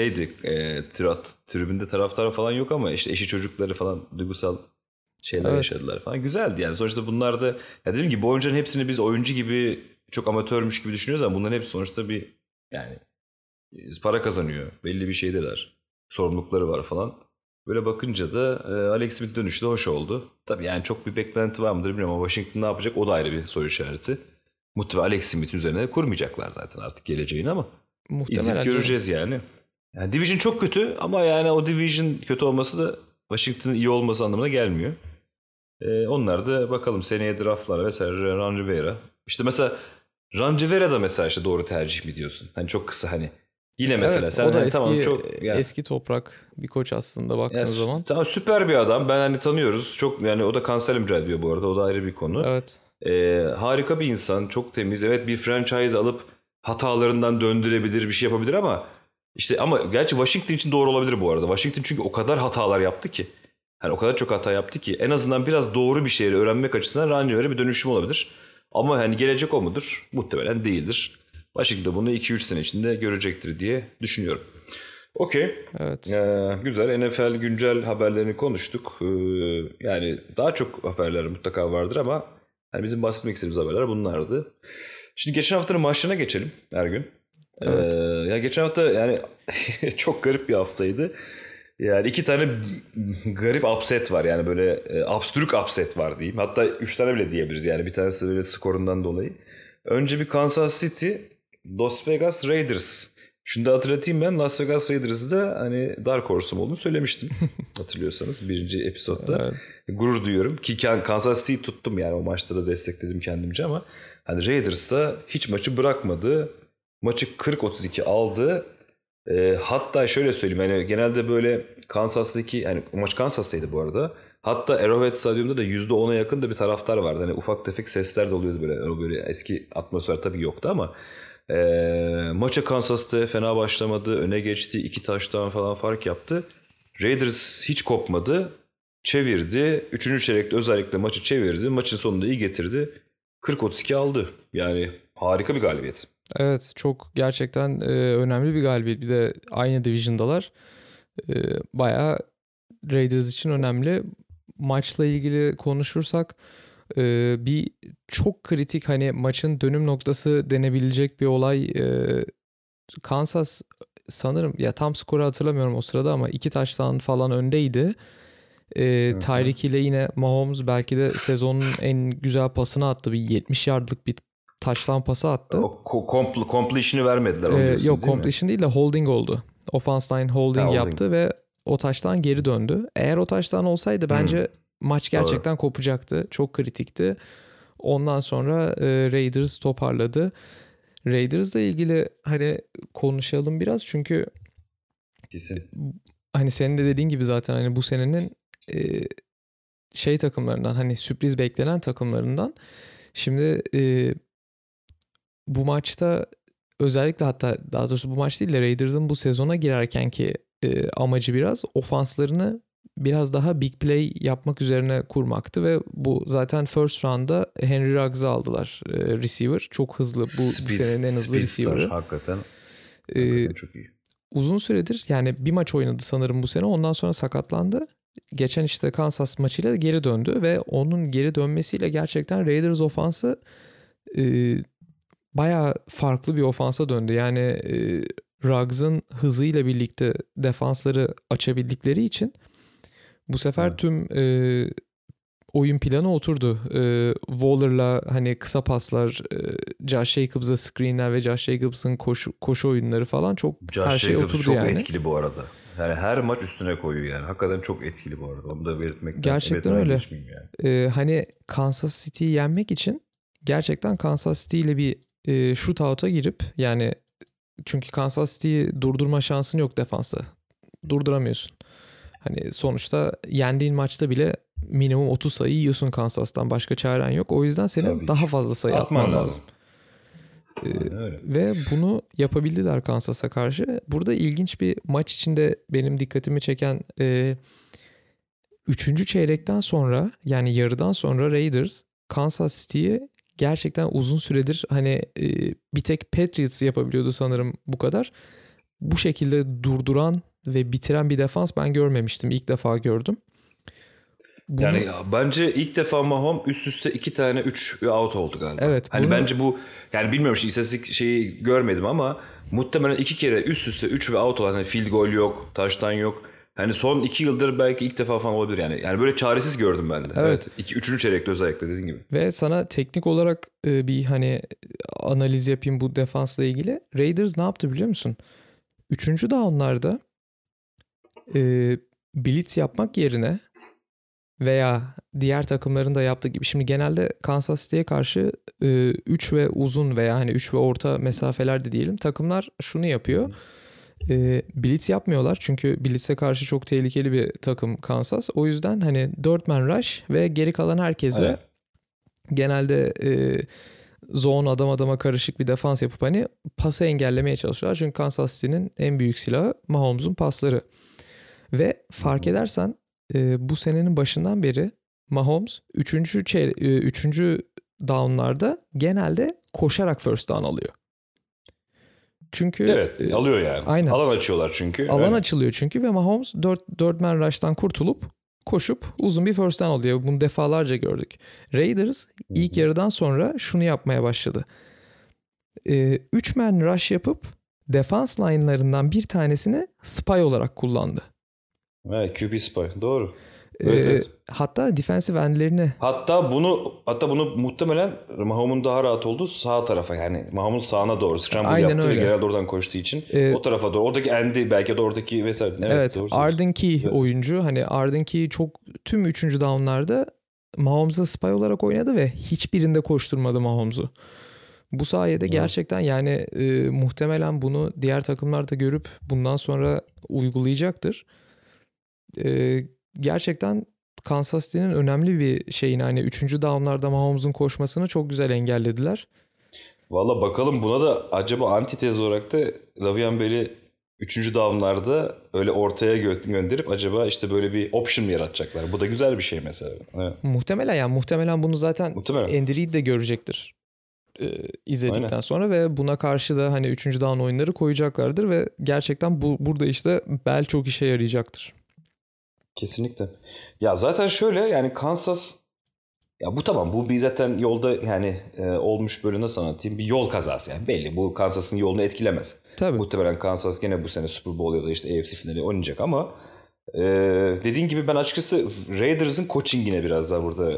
tribünde taraftar falan yok ama işte eşi çocukları falan duygusal şeyler Evet. yaşadılar falan. Güzeldi yani. Sonuçta bunlar da ya dediğim gibi bu oyuncuların hepsini biz oyuncu gibi çok amatörmüş gibi düşünüyoruz ama bunların hepsi sonuçta bir yani para kazanıyor. Belli bir şeydeler. Sorumlulukları var falan. Böyle bakınca da Alex Smith dönüşü de hoş oldu. Tabii yani çok bir beklenti var mıdır bilmiyorum ama Washington ne yapacak o da ayrı bir soru işareti. Muhtemelen Alex Smith üzerine kurmayacaklar zaten artık geleceğini ama izleyip Muhtemelen canım. göreceğiz yani. Yani Division çok kötü ama yani o Division kötü olması da Washington'ın iyi olması anlamına gelmiyor. Onlar da bakalım seneye draftlar vesaire Ron Rivera. İşte mesela Ron Rivera da mesela işte doğru tercih mi diyorsun? Hani çok kısa hani. Yine mesela Evet, sen o da hani tamam çok ya, eski toprak bir koç aslında ya baktığın zaman. tamam süper bir adam. Ben hani tanıyoruz. Çok yani o da kanserle mücadele ediyor bu arada. O da ayrı bir konu. Evet. Harika bir insan. Çok temiz. Evet bir franchise alıp hatalarından döndürebilir bir şey yapabilir ama işte ama gerçi Washington için doğru olabilir bu arada. Washington çünkü o kadar hatalar yaptı ki. Hani o kadar çok hata yaptı ki en azından biraz doğru bir şeyleri öğrenmek açısından Ranger'e bir dönüşüm olabilir. Ama hani gelecek o mudur? Muhtemelen değildir. Washington bunu 2-3 sene içinde görecektir diye düşünüyorum. Okey. Evet. Güzel. NFL güncel haberlerini konuştuk. Yani daha çok haberler mutlaka vardır ama yani bizim bahsetmek istediğimiz haberler bunlardı. Şimdi geçen haftanın maçlarına geçelim Ergün. Ee, Evet. Ya geçen hafta yani çok garip bir haftaydı. Yani iki tane garip upset var yani böyle absürk upset var diyeyim. Hatta üç tane bile diyebiliriz yani bir tanesi böyle skorundan dolayı. Önce bir Kansas City, Las Vegas Raiders. Şunu da hatırlatayım ben Las Vegas Raiders'da hani Dark Horse'um olduğunu söylemiştim. Hatırlıyorsanız birinci episodda. Evet. Gurur duyuyorum ki Kansas City'yi tuttum yani o maçta da destekledim kendimce ama hani Raiders da hiç maçı bırakmadı. Maçı 40-32 aldı. Hatta şöyle söyleyeyim hani genelde böyle Kansas'taki hani o maç Kansas'taydı bu arada. Hatta Arrowhead Stadyum'da da %10'a yakın da bir taraftar vardı. Hani ufak tefek sesler de oluyordu böyle. O böyle eski atmosfer tabii yoktu ama maça Kansas'ta fena başlamadı. Öne geçti. 2 taştan falan fark yaptı. Raiders hiç kopmadı. Çevirdi. Üçüncü çeyrekte özellikle maçı çevirdi. Maçın sonunda iyi getirdi. 40-32 aldı. Yani Harika bir galibiyet. Evet, çok gerçekten önemli bir galibiyet. Bir de aynı division'dalar. Bayağı Raiders için önemli. Maçla ilgili konuşursak bir çok kritik, hani maçın dönüm noktası denebilecek bir olay. Kansas sanırım, ya tam skoru hatırlamıyorum o sırada ama 2 taştan falan öndeydi. Hı hı. Tyreek ile yine Mahomes belki de sezonun en güzel pasını attı. Bir 70 yardlık bir touchdown pası attı. O completion'ı vermediler, onu diyorsun Yok, değil mi? completion değil de holding oldu. Offense line Ha, holding holding. yaptı ve o taştan geri döndü. Eğer o taştan olsaydı Hmm, bence maç doğru. gerçekten kopacaktı. Çok kritikti. Ondan sonra Raiders toparladı. Raiders'la ilgili hani konuşalım biraz, çünkü Kesin. hani senin de dediğin gibi zaten hani bu senenin e, şey takımlarından, hani sürpriz beklenen takımlarından. Şimdi bu maçta özellikle, hatta daha doğrusu bu maç değil de Raiders'ın bu sezona girerkenki amacı biraz ofanslarını biraz daha big play yapmak üzerine kurmaktı ve bu zaten first round'da Henry Ruggs'ı aldılar, receiver. Çok hızlı, bu senenin en hızlı Speedstar. receiver'ı. Hakikaten. E, Hakikaten çok iyi. Uzun süredir, yani bir maç oynadı sanırım bu sene, ondan sonra sakatlandı. Geçen işte Kansas maçıyla geri döndü ve onun geri dönmesiyle gerçekten Raiders ofansı e, bayağı farklı bir ofansa döndü. Yani Ruggs'ın hızıyla birlikte defansları açabildikleri için bu sefer Evet. tüm oyun planı oturdu. Waller'la hani kısa paslar, Josh Jacobs'a screenler ve Josh Jacobs'ın koşu oyunları falan, çok Josh her şey Jacobs oturdu çok yani. etkili bu arada. Yani her maç üstüne koyuyor yani. Hakikaten çok etkili bu arada. Onu da Gerçekten belirtmeden öyle. geçmeyeyim yani. Hani Kansas City'yi yenmek için gerçekten Kansas City ile bir shootout'a girip, yani çünkü Kansas City'yi durdurma şansın yok defansta. Durduramıyorsun. Hani sonuçta yendiğin maçta bile minimum 30 sayı yiyorsun Kansas'tan. Başka çaren yok. O yüzden senin Tabii ki. daha fazla sayı Atman atman lazım. lazım. Ee, Aynen öyle. Ve bunu yapabildiler Kansas'a karşı. Burada ilginç bir maç içinde benim dikkatimi çeken, 3. çeyrekten sonra, yani yarıdan sonra Raiders Kansas City'yi gerçekten uzun süredir, hani bir tek Patriots yapabiliyordu sanırım bu kadar. Bu şekilde durduran ve bitiren bir defans ben görmemiştim. İlk defa gördüm. Yani Bunu, bence ilk defa Mahomes üst üste 2 tane 3 out oldu galiba. evet, Hani bunu bence bu, yani bilmiyorum, işte istatistik şeyi görmedim ama muhtemelen 2 kere üst üste 3 ve out olan, hani field goal yok, touchdown yok. Hani son 2 yıldır belki ilk defa falan olabilir yani. Yani böyle çaresiz gördüm ben de. evet, Evet. 3. çeyrekte özellikle dediğin gibi. ve sana teknik olarak bir hani analiz yapayım bu defansla ilgili. Raiders ne yaptı biliyor musun? 3. downlarda blitz yapmak yerine, veya diğer takımların da yaptığı gibi. Şimdi genelde Kansas City'ye karşı 3 ve uzun veya hani 3 ve orta mesafelerde diyelim, takımlar şunu yapıyor. Blitz yapmıyorlar çünkü blitz'e karşı çok tehlikeli bir takım Kansas. O yüzden hani 4 man rush ve geri kalan herkese Evet. genelde zone, adam adama karışık bir defans yapıp hani pası engellemeye çalışıyorlar. Çünkü Kansas City'nin en büyük silahı Mahomes'un pasları. Ve fark edersen bu senenin başından beri Mahomes 3. down'larda genelde koşarak first down alıyor. Çünkü Evet, alıyor yani. aynen, Alan açıyorlar çünkü. alan Aynen. açılıyor çünkü ve Mahomes 4 man rush'tan kurtulup koşup uzun bir first down alıyor. Bunu defalarca gördük. Raiders ilk yarıdan sonra şunu yapmaya başladı. 3 man rush yapıp defans line'larından bir tanesini spy olarak kullandı. Evet, QB spy. Doğru. Evet, evet. Hatta defensive endlerini, Hatta bunu muhtemelen Mahomes'un daha rahat olduğu sağ tarafa, yani Mahomes'un sağına doğru scramble aynen yaptı ve öyle. genelde oradan koştuğu için Ee, o tarafa doğru. Oradaki endi belki de oradaki vesaire. Evet, evet, doğru söylüyorsun. Arden Key Evet. oyuncu, hani Arden Key çok tüm 3. down'larda Mahomes'a spy olarak oynadı ve hiçbirinde koşturmadı Mahomes'u. Bu sayede Evet. gerçekten yani muhtemelen bunu diğer takımlar da görüp bundan sonra uygulayacaktır. Gerçekten Kansas City'nin önemli bir şeyini, hani 3. down'larda Mahomes'un koşmasını çok güzel engellediler. Valla bakalım, buna da acaba antitez olarak da Le'Veon Bell'i 3. down'larda öyle ortaya gönderip acaba işte böyle bir option mı yaratacaklar? Bu da güzel bir şey mesela. Evet. Muhtemelen bunu zaten Muhtemelen. Andy Reid de görecektir. izledikten Aynen. sonra ve buna karşı da hani 3. down oyunları koyacaklardır ve gerçekten burada işte Bell çok işe yarayacaktır. Kesinlikle. Ya zaten şöyle yani Kansas ya bu tamam bu bir zaten yolda yani olmuş böyle nasıl anlatayım bir yol kazası yani belli bu Kansas'ın yolunu etkilemez. Tabii. Muhtemelen Kansas gene bu sene Super Bowl ya da işte AFC finali oynayacak ama dediğin gibi ben açıkçası Raiders'ın coachingine biraz daha burada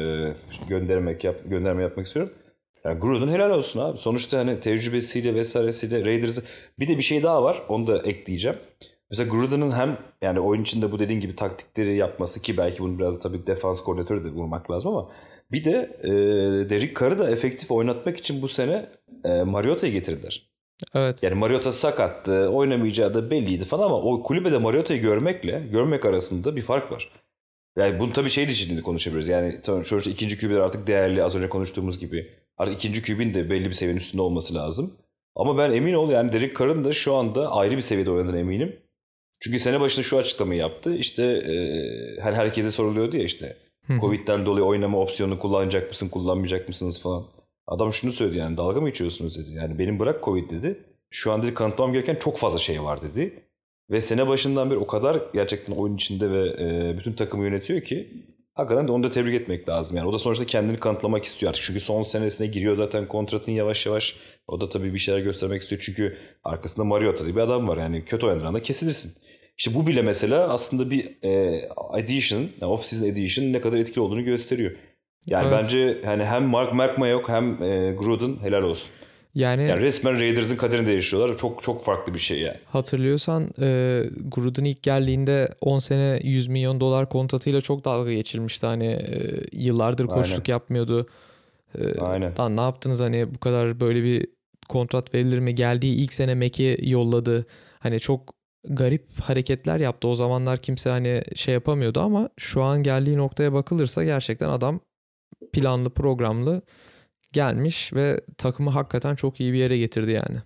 gönderme yapmak istiyorum. Yani Gruden helal olsun abi. Sonuçta hani tecrübesiyle vesairesiyle Raiders'ı bir de bir şey daha var. Onu da ekleyeceğim. Mesela Gruden'ın hem yani oyun içinde bu dediğin gibi taktikleri yapması ki belki bunu biraz tabii defans koordinatörü de vurmak lazım ama bir de Derek Carr'ı da efektif oynatmak için bu sene Mariota'yı getirdiler. Evet. Yani Mariota sakattı, oynamayacağı da belliydi falan ama o kulübede Mariota'yı görmekle görmek arasında bir fark var. Yani bunu tabii şey için de konuşabiliriz. Yani sonuçta ikinci QB'ler artık değerli az önce konuştuğumuz gibi. Artık ikinci QB'nin de belli bir seviyenin üstünde olması lazım. Ama ben emin ol yani Derek Carr'ın da şu anda ayrı bir seviyede oynadığına eminim. Çünkü sene başında şu açıklamayı yaptı. İşte herkese soruluyordu ya işte. Hı hı. Covid'den dolayı oynama opsiyonunu kullanacak mısın, kullanmayacak mısınız falan. Adam şunu söyledi yani dalga mı geçiyorsunuz dedi. Yani benim bırak Covid dedi. Şu an dedi kanıtlamam gereken çok fazla şey var dedi. Ve sene başından beri o kadar gerçekten oyun içinde ve bütün takımı yönetiyor ki hakikaten de onu da tebrik etmek lazım. Yani o da sonuçta kendini kanıtlamak istiyor artık. Çünkü son senesine giriyor zaten kontratın yavaş yavaş. O da tabii bir şeyler göstermek istiyor. Çünkü arkasında Mariota diye bir adam var. Yani kötü oynadığında da kesilirsin. İşte bu bile mesela aslında bir addition, yani off-season addition ne kadar etkili olduğunu gösteriyor. Yani Evet. bence hani hem Mark Mayok hem Gruden helal olsun. Yani Yani resmen Raiders'ın kaderini değiştiriyorlar. Çok çok farklı bir şey yani. hatırlıyorsan Gruden ilk geldiğinde 10 sene 100 milyon dolar kontratıyla çok dalga geçilmişti. Hani yıllardır Aynen. koçluk yapmıyordu. Aynen. Lan ne yaptınız hani bu kadar böyle bir kontrat verilir mi? Geldiği ilk sene Mac'i yolladı. Hani çok garip hareketler yaptı. O zamanlar kimse hani şey yapamıyordu ama şu an geldiği noktaya bakılırsa gerçekten adam planlı programlı gelmiş ve takımı hakikaten çok iyi bir yere getirdi yani.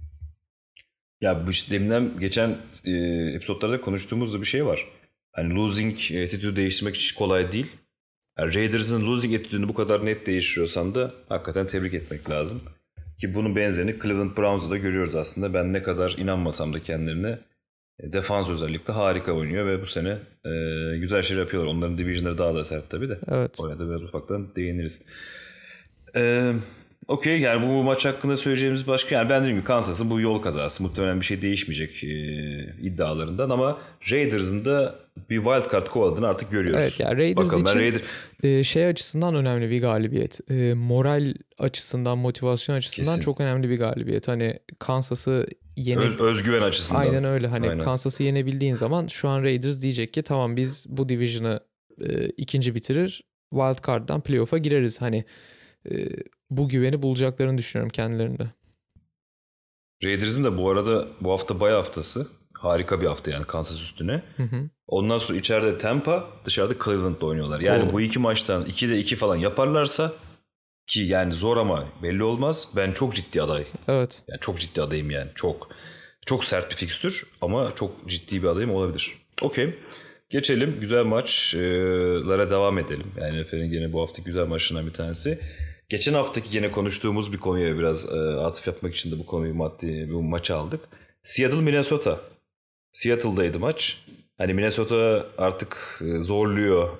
Ya bu işte deminden geçen episodlarda konuştuğumuzda bir şey var. Hani losing attitude'u değiştirmek hiç kolay değil. Yani Raiders'ın losing attitude'unu bu kadar net değiştiriyorsan da hakikaten tebrik etmek lazım. Ki bunun benzerini Cleveland Browns'da da görüyoruz aslında. Ben ne kadar inanmasam da kendilerine defans özellikle harika oynuyor ve bu sene güzel şeyler yapıyorlar. Onların division'ları daha da sert tabii de. Evet. Oraya da biraz ufaktan değiniriz. Ee, Okey yani bu maç hakkında söyleyeceğimiz başka yani ben dediğim gibi Kansas'ın bu yol kazası muhtemelen bir şey değişmeyecek iddialarından ama Raiders'ın da bir wild card kovaladığını artık Evet görüyoruz. ya Raiders Bakalım ben için Raider şey açısından önemli bir galibiyet. Moral açısından, motivasyon açısından kesin çok önemli bir galibiyet. Hani Kansas'ı özgüven açısından aynen öyle. Hani aynen. Kansas'ı yenebildiğin zaman şu an Raiders diyecek ki tamam biz bu division'ı ikinci bitirir. Wild Card'dan playoff'a gireriz. Hani e, bu güveni bulacaklarını düşünüyorum kendilerinde. Raiders'ın da bu arada bu hafta bay haftası harika bir hafta yani Kansas üstüne. Hı hı. Ondan sonra içeride Tampa dışarıda Cleveland'da oynuyorlar. Yani Oo, bu iki maçtan 2'de 2 falan yaparlarsa ki yani zor ama belli olmaz. Ben çok ciddi aday. evet. Yani çok ciddi adayım yani. Çok çok sert bir fikstür ama çok ciddi bir adayım olabilir. Okey. Geçelim. Güzel maçlara devam edelim. Yani NFL'in gene bu hafta güzel maçlarından bir tanesi. Geçen haftaki gene konuştuğumuz bir konuya biraz atıf yapmak için de bu konuyu bu maçı aldık. Seattle Minnesota. Seattle'daydı maç. Hani Minnesota artık zorluyor.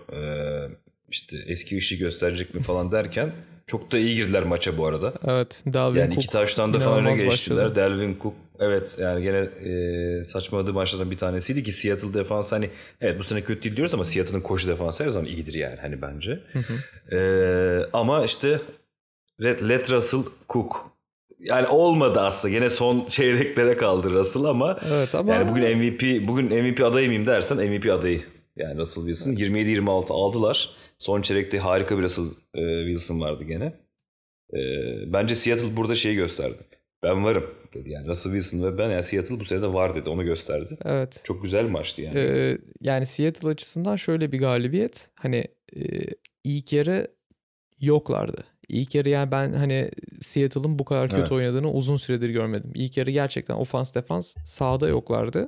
İşte eski işi gösterecek mi falan derken çok da iyi girdiler maça bu arada. Evet. Dalvin Yani iki Cook taştan da falan öne inanılmaz geçtiler. başladı. Delvin Cook evet yani gene saçmaladığı maçlardan bir tanesiydi ki Seattle defansı hani evet bu sene kötü değil diyoruz ama Seattle'ın koşu defansı her zaman iyidir yani hani bence. Hı hı. Ama işte Let Russell Cook yani olmadı aslında. Gene son çeyreklere kaldı Russell ama Evet yani ama bugün MVP adayı mıyım dersen MVP adayı. Yani Russell Wilson 27-26 aldılar. Son çeyrekte harika bir Russell Wilson vardı gene. Bence Seattle burada şeyi gösterdi. Ben varım dedi. Yani Russell Wilson ve ben yani Seattle bu sene de var dedi. Onu gösterdi. evet. Çok güzel bir maçtı yani. Yani Seattle açısından şöyle bir galibiyet. Hani e, ilk yarı yoklardı. İlk yarı yani ben hani Seattle'ın bu kadar kötü Evet. oynadığını uzun süredir görmedim. İlk yarı gerçekten ofans defans sahada yoklardı.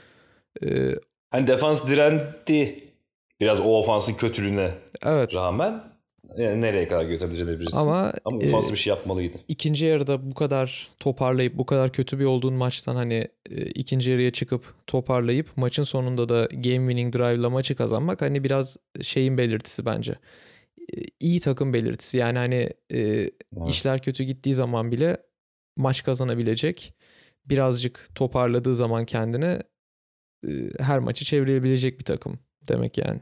Ee, Hani defans direndi biraz o ofansın kötülüğüne evet. rağmen yani nereye kadar götürebiliriz? Ama Ama ofansif bir şey yapmalıydı. ikinci yarıda bu kadar toparlayıp bu kadar kötü bir olduğun maçtan hani ikinci yarıya çıkıp toparlayıp maçın sonunda da game winning drive'la maçı kazanmak hani biraz şeyin belirtisi bence. İyi takım belirtisi. Yani hani Evet. işler kötü gittiği zaman bile maç kazanabilecek, birazcık toparladığı zaman kendine her maçı çevirebilecek bir takım demek yani.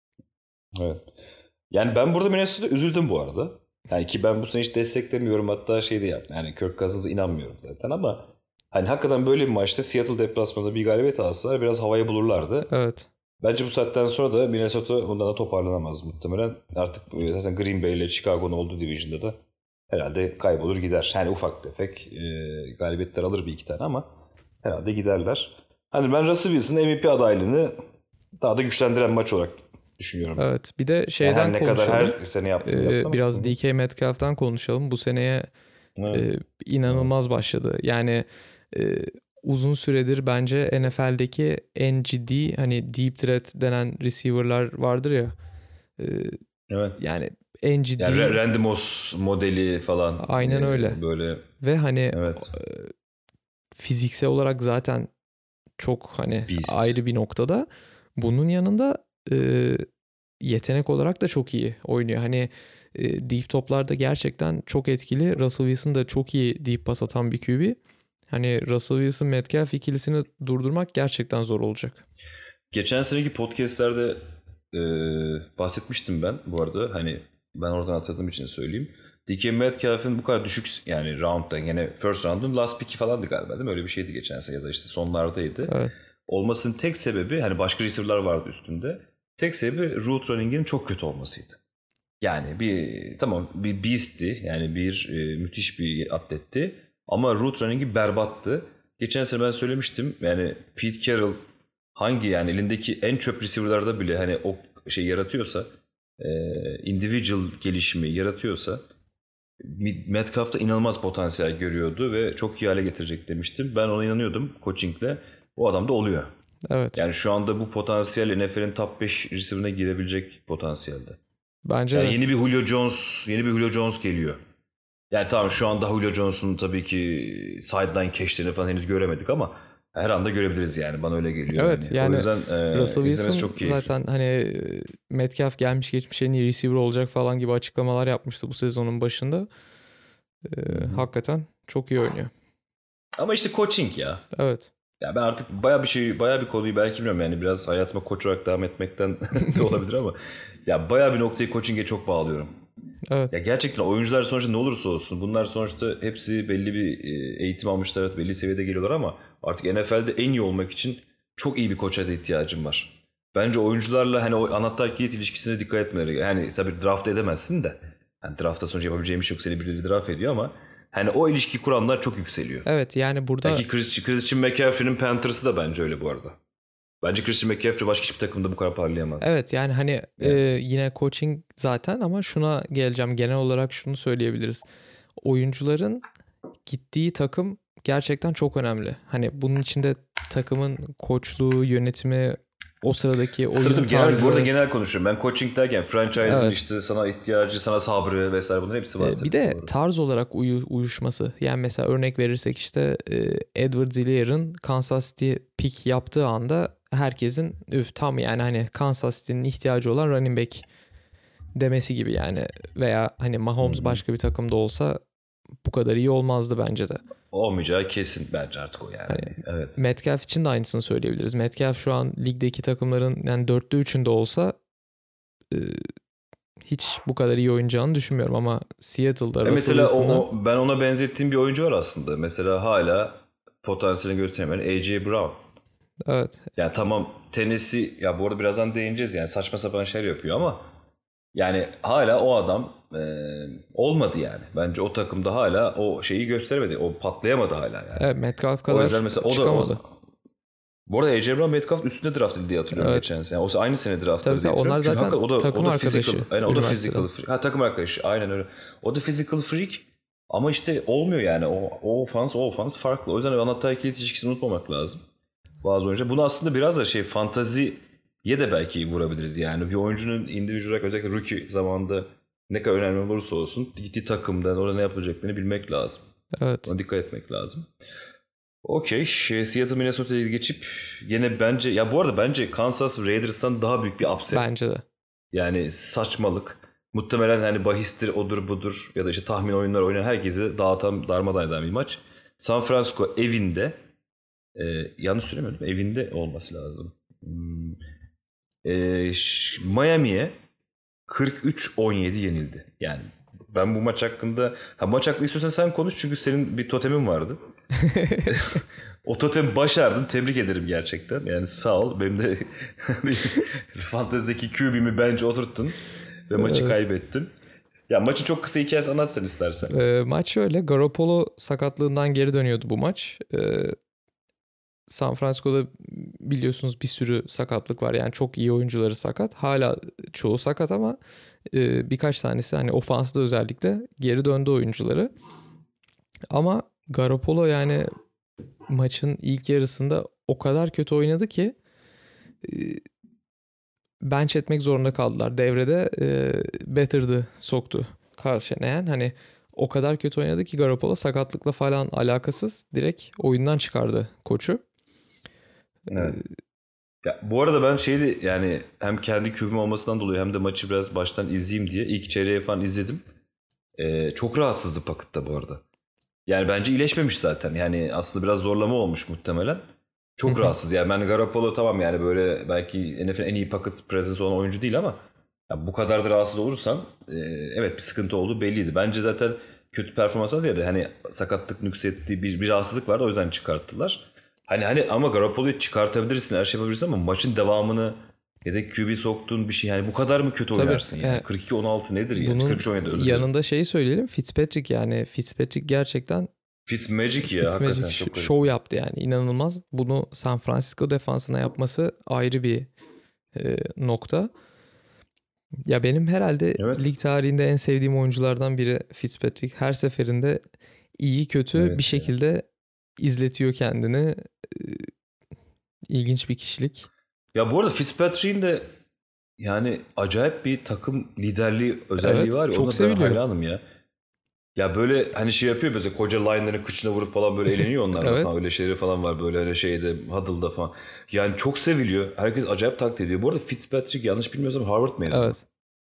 Evet. Yani ben burada Minnesota'da üzüldüm bu arada. Yani ki ben bu sene hiç desteklemiyorum, hatta şey de yaptım. Yani Kirk Cousins'a inanmıyorum zaten ama hani hakikaten böyle bir maçta Seattle deplasmanında bir galibiyet alsalar biraz havayı bulurlardı. Evet. Bence bu saatten sonra da Minnesota bundan da toparlanamaz muhtemelen. Artık zaten Green Bay ile Chicago'nun olduğu division'da da herhalde kaybolur gider. Yani ufak tefek galibiyetler alır bir iki tane ama herhalde giderler. Hani ben Russell Wilson'ın MVP adaylığını daha da güçlendiren maç olarak düşünüyorum. Evet. Bir de Yani şeyden her ne kadar konuşalım. her sene yaptım ama. Biraz DK Metcalf'tan konuşalım. Bu seneye Evet. inanılmaz başladı. Yani uzun süredir bence NFL'deki en ciddi hani deep threat denen receiver'lar vardır ya. E, Evet. Yani en ciddi. Yani Randy Moss modeli falan. Aynen öyle. Böyle. Ve hani Evet. fiziksel olarak zaten çok hani Beast. ayrı bir noktada. Bunun yanında yetenek olarak da çok iyi oynuyor. Hani deep toplarda gerçekten çok etkili. Russell Wilson da çok iyi deep pas atan bir QB. Hani Russell Wilson Metcalf ikilisini durdurmak gerçekten zor olacak. Geçen seneki podcastlerde bahsetmiştim ben bu arada. Hani ben oradan hatırladığım için söyleyeyim. DK Metcalf'in bu kadar düşük yani round'da yine first round'un last pick'i falandı galiba değil mi? Öyle bir şeydi geçen sene ya da işte sonlardaydı. Evet. Olmasının tek sebebi hani başka receiver'lar vardı üstünde. Tek sebebi route running'in çok kötü olmasıydı. Yani tamam bir beast'ti. Yani müthiş bir atletti. Ama route running'i berbattı. Geçen sene ben söylemiştim. Yani Pete Carroll hangi yani elindeki en çöp receiver'larda bile hani o şey yaratıyorsa individual gelişimi yaratıyorsa Metcalf'ta inanılmaz potansiyel görüyordu ve çok iyi hale getirecek demiştim. Ben ona inanıyordum coachingle. O adam da oluyor. Evet. Yani şu anda bu potansiyel NFL'in top 5 receiver'ına girebilecek potansiyelde. Bence Yani de. yeni bir Julio Jones geliyor. Yani tamam şu anda Julio Jones'un tabii ki sideline catch'lerini falan henüz göremedik ama her anda görebiliriz yani. Bana öyle geliyor Evet yani. yani O yüzden Russell izlemesi Wilson çok keyifli. zaten hani Metcalf gelmiş geçmiş en iyi receiver olacak falan gibi açıklamalar yapmıştı bu sezonun başında. Hakikaten çok iyi oynuyor. Ama işte coaching ya. Evet. Ya ben artık bayağı bir konuyu belki bilmiyorum yani biraz hayatıma koç olarak devam etmekten de olabilir ama ya bayağı bir noktayı coaching'e çok bağlıyorum. Evet. Ya gerçekten oyuncular sonuçta ne olursa olsun bunlar sonuçta hepsi belli bir eğitim almışlar, belli seviyede geliyorlar ama artık NFL'de en iyi olmak için çok iyi bir koça da ihtiyacım var. Bence oyuncularla hani o anahtar kilit ilişkisine dikkat etmeleri. Yani tabii draft edemezsin de. Yani draftta sonuç yapabileceğim bir şey yok. Seni birileri draft ediyor ama hani o ilişki kuranlar çok yükseliyor. Evet yani burada Belki Christian McCaffrey'nin Panthers'ı da bence öyle bu arada. Bence Christian McCaffrey başka hiçbir takımda bu kadar parlayamaz. evet yani hani Yani. yine coaching zaten ama şuna geleceğim. Genel olarak şunu söyleyebiliriz. Oyuncuların gittiği takım gerçekten çok önemli. Hani bunun içinde takımın koçluğu, yönetimi, o sıradaki oyun Tabii, tarzı. bu arada genel konuşuyorum. Ben coaching derken franchise'ın Evet. işte sana ihtiyacı, sana sabrı vesaire bunların hepsi var tabii. Bir de Doğru. tarz olarak uyuşması. Yani mesela örnek verirsek işte Edward Zillier'in Kansas City pick yaptığı anda herkesin tam yani hani Kansas City'nin ihtiyacı olan running back demesi gibi yani. Veya hani Mahomes başka bir takımda olsa bu kadar iyi olmazdı bence de. Olmayacağı kesin bence artık o yani. Hani Evet. Metcalf için de aynısını söyleyebiliriz. Metcalf şu an ligdeki takımların yani 4'te 3'ünde olsa hiç bu kadar iyi oynayacağını düşünmüyorum ama Seattle'da Russell Mesela Wilson'la ben ona benzettiğim bir oyuncu var aslında. Mesela hala potansiyelini gösteremeyen A.J. Brown. evet. Yani tamam Tennessee ya bu arada birazdan değineceğiz yani saçma sapan şeyler yapıyor ama yani hala o adam olmadı yani. Bence o takımda hala o şeyi gösteremedi. O patlayamadı hala yani. Evet, Metcalf O kadar yüzden mesela çıkamadı. bu arada A.J. Brown Metcalf üstünde draft edildi diye hatırlıyorum Evet. geçen sene. Yani o aynı sene draft Tabii edildi diye tabii, onlar hatırlıyorum. Çünkü zaten hakikaten takım o da arkadaşı physical, aynen, o da üniversitede. physical freak. Ha, takım arkadaşı aynen öyle. O da physical freak ama işte olmuyor yani. O ofans farklı. O yüzden anahtar kilit ilişkisini unutmamak lazım. Bazı oyuncular. Bunu aslında biraz da fantaziye de belki vurabiliriz yani. Bir oyuncunun individual olarak özellikle rookie zamanında ne kadar önemli olursa olsun gittiği takımdan orada ne yapılacaklarını bilmek lazım. Evet. Ona dikkat etmek lazım. Okey. Seattle Minnesota'ya geçip yine bence ya bu arada bence Kansas Raiders'tan daha büyük bir upset. Bence de. Yani saçmalık. Muhtemelen hani bahistir odur budur ya da işte tahmin oyunları oynayan herkesi dağıtan darmadağın eden bir maç. San Francisco evinde yanlış söylemiyorum, evinde olması lazım. Miami'ye 43-17 yenildi. Yani ben bu maç hakkında maç hakkında istiyorsan sen konuş çünkü senin bir totemin vardı. O totemi başardın. Tebrik ederim gerçekten. Yani sağ ol. Benim de fantezideki QB'mi bence oturttun ve maçı kaybettin. Ya maçın çok kısa hikayesi anlatsan istersen. Maç şöyle. Garoppolo sakatlığından geri dönüyordu bu maç. San Francisco'da biliyorsunuz bir sürü sakatlık var. Yani çok iyi oyuncuları sakat. Hala çoğu sakat ama birkaç tanesi hani ofansta özellikle geri döndü oyuncuları. Ama Garoppolo yani maçın ilk yarısında o kadar kötü oynadı ki bench etmek zorunda kaldılar. Devrede Bettard'ı soktu Kyle Shanahan. Hani o kadar kötü oynadı ki Garoppolo sakatlıkla falan alakasız direkt oyundan çıkardı koçu. Evet. Ya, bu arada ben yani hem kendi kübüm olmasından dolayı hem de maçı biraz baştan izleyeyim diye ilk çeyreği falan izledim. Çok rahatsızdı Packett'ta bu arada. Yani bence iyileşmemiş zaten. Yani aslında biraz zorlama olmuş muhtemelen. Çok rahatsız. Yani ben Garoppolo tamam yani böyle belki NFL'in en iyi pocket presence olan oyuncu değil ama ya bu kadar da rahatsız olursan evet bir sıkıntı olduğu belliydi. Bence zaten kötü performansdan ziyade hani sakatlık nüksettiği bir rahatsızlık vardı o yüzden çıkarttılar. Hani ama Garoppolo'yu çıkartabilirsin, her şey yapabilirsin ama maçın devamını yedek QB soktuğun bir şey yani bu kadar mı kötü oynarsın yani? 42-16 nedir yani? Bunun 43-17 yanında şeyi söyleyelim. Fitzpatrick yani Fitzpatrick gerçekten Fitzmagic ya Fitzmagic hakikaten çok show yaptı yani inanılmaz. Bunu San Francisco defansına yapması ayrı bir nokta. Ya benim herhalde lig tarihinde en sevdiğim oyunculardan biri Fitzpatrick. Her seferinde iyi kötü bir şekilde izletiyor kendini. İlginç bir kişilik. Ya bu arada Fitzpatrick'in de yani acayip bir takım liderliği özelliği var ya. Çok ona seviliyor. ben hayranım ya. Ya böyle hani şey yapıyor böyle koca line'ların kıçına vurup falan böyle eğleniyor onlar evet. falan. Öyle şeyleri falan var böyle öyle şeyde huddle'da falan. Yani çok seviliyor. Herkes acayip takdir ediyor. Bu arada Fitzpatrick yanlış bilmiyorsam Harvard mezunu. Evet.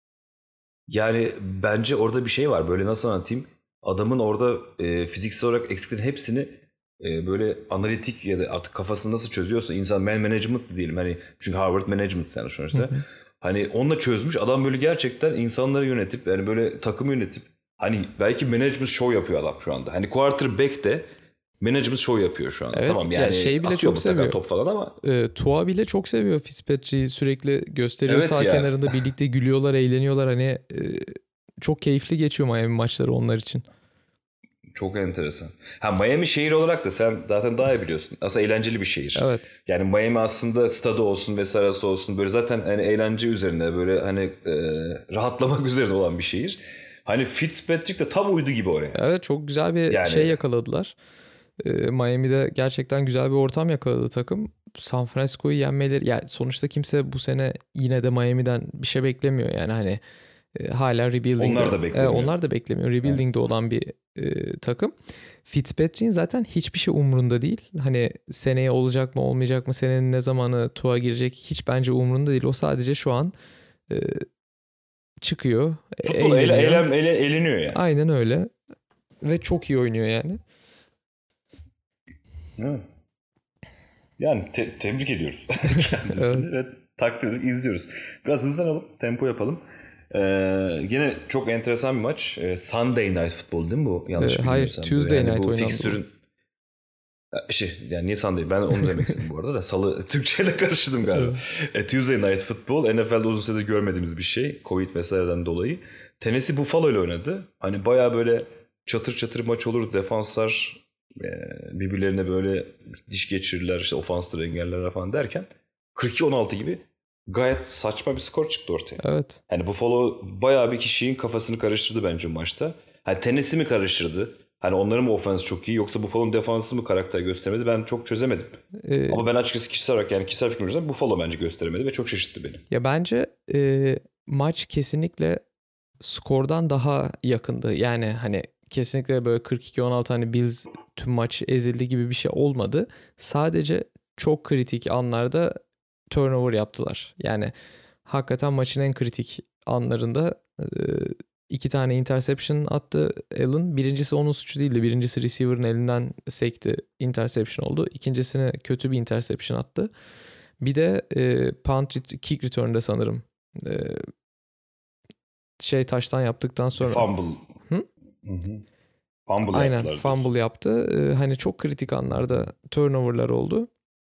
Yani bence orada bir şey var. Böyle nasıl anlatayım? Adamın orada fiziksel olarak eksiklerin hepsini böyle analitik ya da artık kafasını nasıl çözüyorsa insan management diyelim. Hani çünkü Harvard management yani sonuçta. Hani onunla çözmüş. Adam böyle gerçekten insanları yönetip yani böyle takımı yönetip hani belki management show yapıyor adam şu anda. Hani quarterback de management show yapıyor şu anda. Evet, tamam yani şey bile çok seviyor. top falan ama. Tua bile çok seviyor Fitzpatrick'i sürekli gösteriyor Evet sağ ya. kenarında birlikte gülüyorlar, eğleniyorlar. Hani çok keyifli geçiyor Miami maçları onlar için. Çok enteresan. Miami şehir olarak da sen zaten daha iyi biliyorsun. Aslında eğlenceli bir şehir. Evet. Yani Miami aslında stadı olsun vesairesi olsun böyle zaten hani eğlence üzerine böyle hani rahatlamak üzerine olan bir şehir. Hani Fitzpatrick de tam uydu gibi oraya. Evet çok güzel bir şey yakaladılar. Miami'de gerçekten güzel bir ortam yakaladı takım. San Francisco'yu yenmeleri yani sonuçta kimse bu sene yine de Miami'den bir şey beklemiyor yani hani hala rebuilding. Onlar da beklemiyor. Onlar da beklemiyor. Rebuilding'de olan bir takım. Fitzpatrick'in zaten hiçbir şey umurunda değil. Hani seneye olacak mı olmayacak mı senenin ne zamanı Tua girecek hiç bence umurunda değil. O sadece şu an çıkıyor. Futbol eğleniyor yani. Aynen öyle. Ve çok iyi oynuyor yani. Yani tebrik ediyoruz kendisini ve takdir edip izliyoruz. Biraz hızlanalım, tempo yapalım. Yine çok enteresan bir maç. Sunday Night Football değil mi bu? Yanlış bilmiyorsam. Hayır, Tuesday yani Night bu oynandı. Fixtürün... Yani niye Sunday? Ben onu demek istedim bu arada da. Salı Türkçeyle karıştırdım galiba. Tuesday Night Football. NFL'de uzun süredir görmediğimiz bir şey. Covid vesaireden dolayı. Tennessee Buffalo ile oynadı. Hani bayağı böyle çatır çatır maç olur. Defanslar birbirlerine böyle diş geçirirler. İşte ofansları engellerler falan derken 42-16 gibi gayet saçma bir skor çıktı ortaya. Evet. Yani Buffalo bayağı bir kişinin kafasını karıştırdı bence maçta. Hani Tennessee mi karıştırdı? Hani onların mı ofansı çok iyi yoksa Buffalo'nun defansı mı karakter göstermedi? Ben çok çözemedim. Ama ben açıkçası kişisel olarak yani kişisel fikrimizden Buffalo bence gösteremedi ve çok şaşırttı beni. Ya bence maç kesinlikle skordan daha yakındı. Yani hani kesinlikle böyle 42-16 hani Bills tüm maç ezildi gibi bir şey olmadı. Sadece çok kritik anlarda turnover yaptılar. Yani hakikaten maçın en kritik anlarında iki tane interception attı Allen. Birincisi onun suçu değildi. Birincisi receiver'ın elinden sekti. Interception oldu. İkincisine kötü bir interception attı. Bir de kick return'da sanırım taştan yaptıktan sonra. Fumble. Hı? Hı hı. Fumble Aynen yaptılar fumble diyorsun. yaptı. Hani çok kritik anlarda turnover'lar oldu.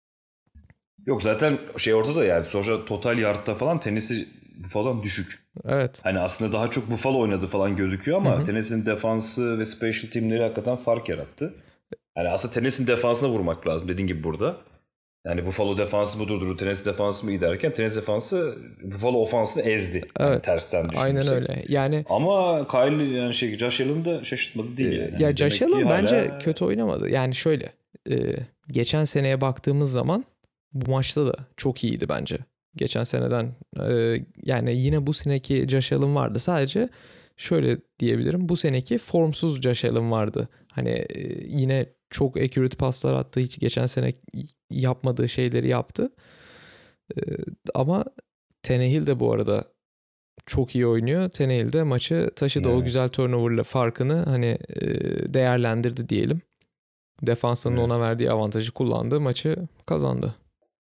Yok zaten şey ortada yani sonuçta total yardta falan Tennessee falan düşük. Evet. Hani aslında daha çok Buffalo oynadı falan gözüküyor Hı ama hı. Tennessee'nin defansı ve special teamleri hakikaten fark yarattı. Yani aslında Tennessee'nin defansına vurmak lazım dediğin gibi burada. Yani Buffalo defansı mı durdurdu, Tennessee defansı mı iyi derken Tennessee defansı Buffalo ofansını ezdi. Yani Evet. tersten Aynen düşünürsek. öyle. Yani Ama Kyle yani Josh Allen da şaşırtmadı değil yani. ya Yani Josh demek ki Allen bence hala kötü oynamadı. Yani şöyle geçen seneye baktığımız zaman bu maçta da çok iyiydi bence. Geçen seneden yani yine bu seneki Josh Allen vardı. Sadece şöyle diyebilirim. Bu seneki formsuz Josh Allen vardı. Hani yine çok accurate paslar attı. Hiç geçen sene yapmadığı şeyleri yaptı. E, Ama Tannehill de bu arada çok iyi oynuyor. Tannehill de maçı taşıdı. O evet, güzel turnover'la farkını hani değerlendirdi diyelim. Defansının evet. ona verdiği avantajı kullandı. Maçı kazandı.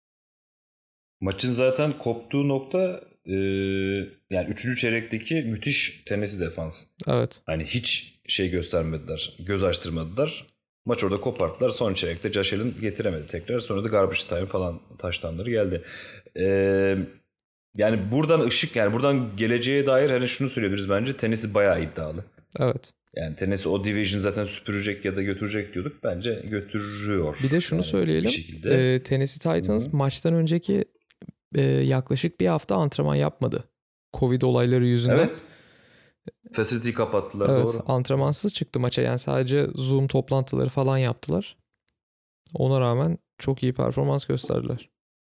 Maçın zaten koptuğu nokta yani 3. çeyrekteki müthiş Tennessee defans. Evet. Hani hiç şey göstermediler, göz açtırmadılar. Maç orada koparttılar. Son çeyrekte Josh Allen getiremedi tekrar. Sonra da garbage time falan touchdownları geldi. Eee Yani buradan ışık yani buradan geleceğe dair hani şunu söyleyebiliriz bence. Tennessee bayağı iddialı. Evet. Yani Tennessee o division zaten süpürecek ya da götürecek diyorduk. Bence götürüyor Bir de şunu yani bir söyleyelim. şekilde. Tennessee Hı Titans hı. maçtan önceki yaklaşık bir hafta antrenman yapmadı. Covid olayları yüzünden. Evet. Facility'yi kapattılar Evet, doğru. antrenmansız çıktı maça. Yani sadece Zoom toplantıları falan yaptılar. Ona rağmen çok iyi performans gösterdiler.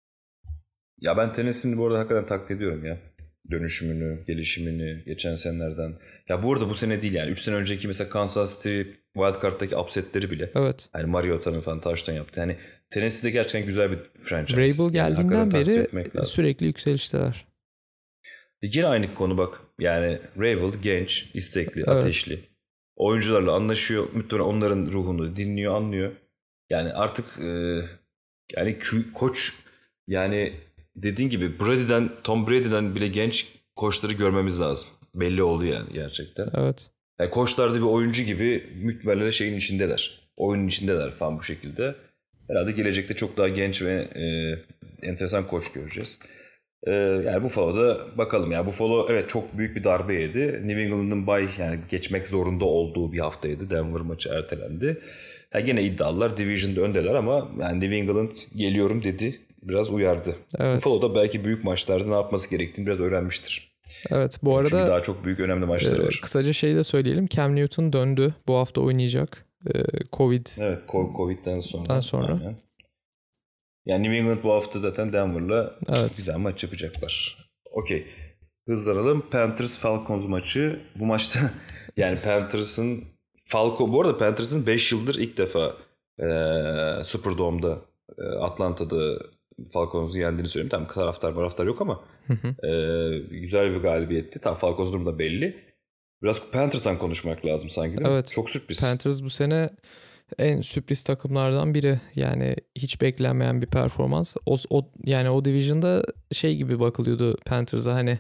Ya ben Tennessee'nin bu arada hakikaten takdir ediyorum ya. Dönüşümünü, gelişimini geçen senelerden. Ya bu arada bu sene değil yani. 3 sene önceki mesela Kansas City Wildcard'daki upsetleri bile. Evet. Hani Mariota'nın falan touchdown yaptı. Yani Tennessee de gerçekten güzel bir Vrabel franchise. Yani hakikaten geldiğinden takdir beri etmek lazım. sürekli yükselişteler. Yine aynı konu bak. Yani Rabel genç, istekli, Evet. ateşli. Oyuncularla anlaşıyor. Muhtemelen onların ruhunu dinliyor, anlıyor. Yani artık yani koç yani dediğin gibi Tom Brady'den bile genç koçları görmemiz lazım. Belli oldu yani gerçekten. Evet. Yani koçlar da bir oyuncu gibi muhtemelen şeyin içindeler. Oyunun içindeler falan bu şekilde. Herhalde gelecekte çok daha genç ve enteresan koç göreceğiz. Yani Buffalo'da bakalım. Yani Buffalo evet çok büyük bir darbe yedi. New England'ın yani geçmek zorunda olduğu bir haftaydı. Denver maçı ertelendi. Yani gene iddialılar Division'da öndeler ama yani New England geliyorum dedi. Biraz uyardı. Evet. Buffalo'da belki büyük maçlarda ne yapması gerektiğini biraz öğrenmiştir. Evet. Bu Çünkü arada daha çok büyük önemli maçları var. kısaca şey de söyleyelim. Cam Newton döndü. Bu hafta oynayacak. Covid'den Evet, Covid'den sonra. sonra. Aynen. Yani New England bu hafta zaten Denver'la Evet. güzel maç yapacaklar. Okey. Hızlanalım. Panthers Falcons maçı. Bu maçta yani bu arada Panthers'ın 5 yıldır ilk defa Superdome'da Atlanta'da Falcons'u yendiğini söyleyeyim. Tamam taraftar yok ama Hı hı. güzel bir galibiyetti. Tam Falcons durumu da belli. Biraz Panthers'tan konuşmak lazım sanki değil mi? Evet. Çok sürpriz. Panthers bu sene en sürpriz takımlardan biri. Yani hiç beklenmeyen bir performans. Yani o division'da şey gibi bakılıyordu Panthers'a hani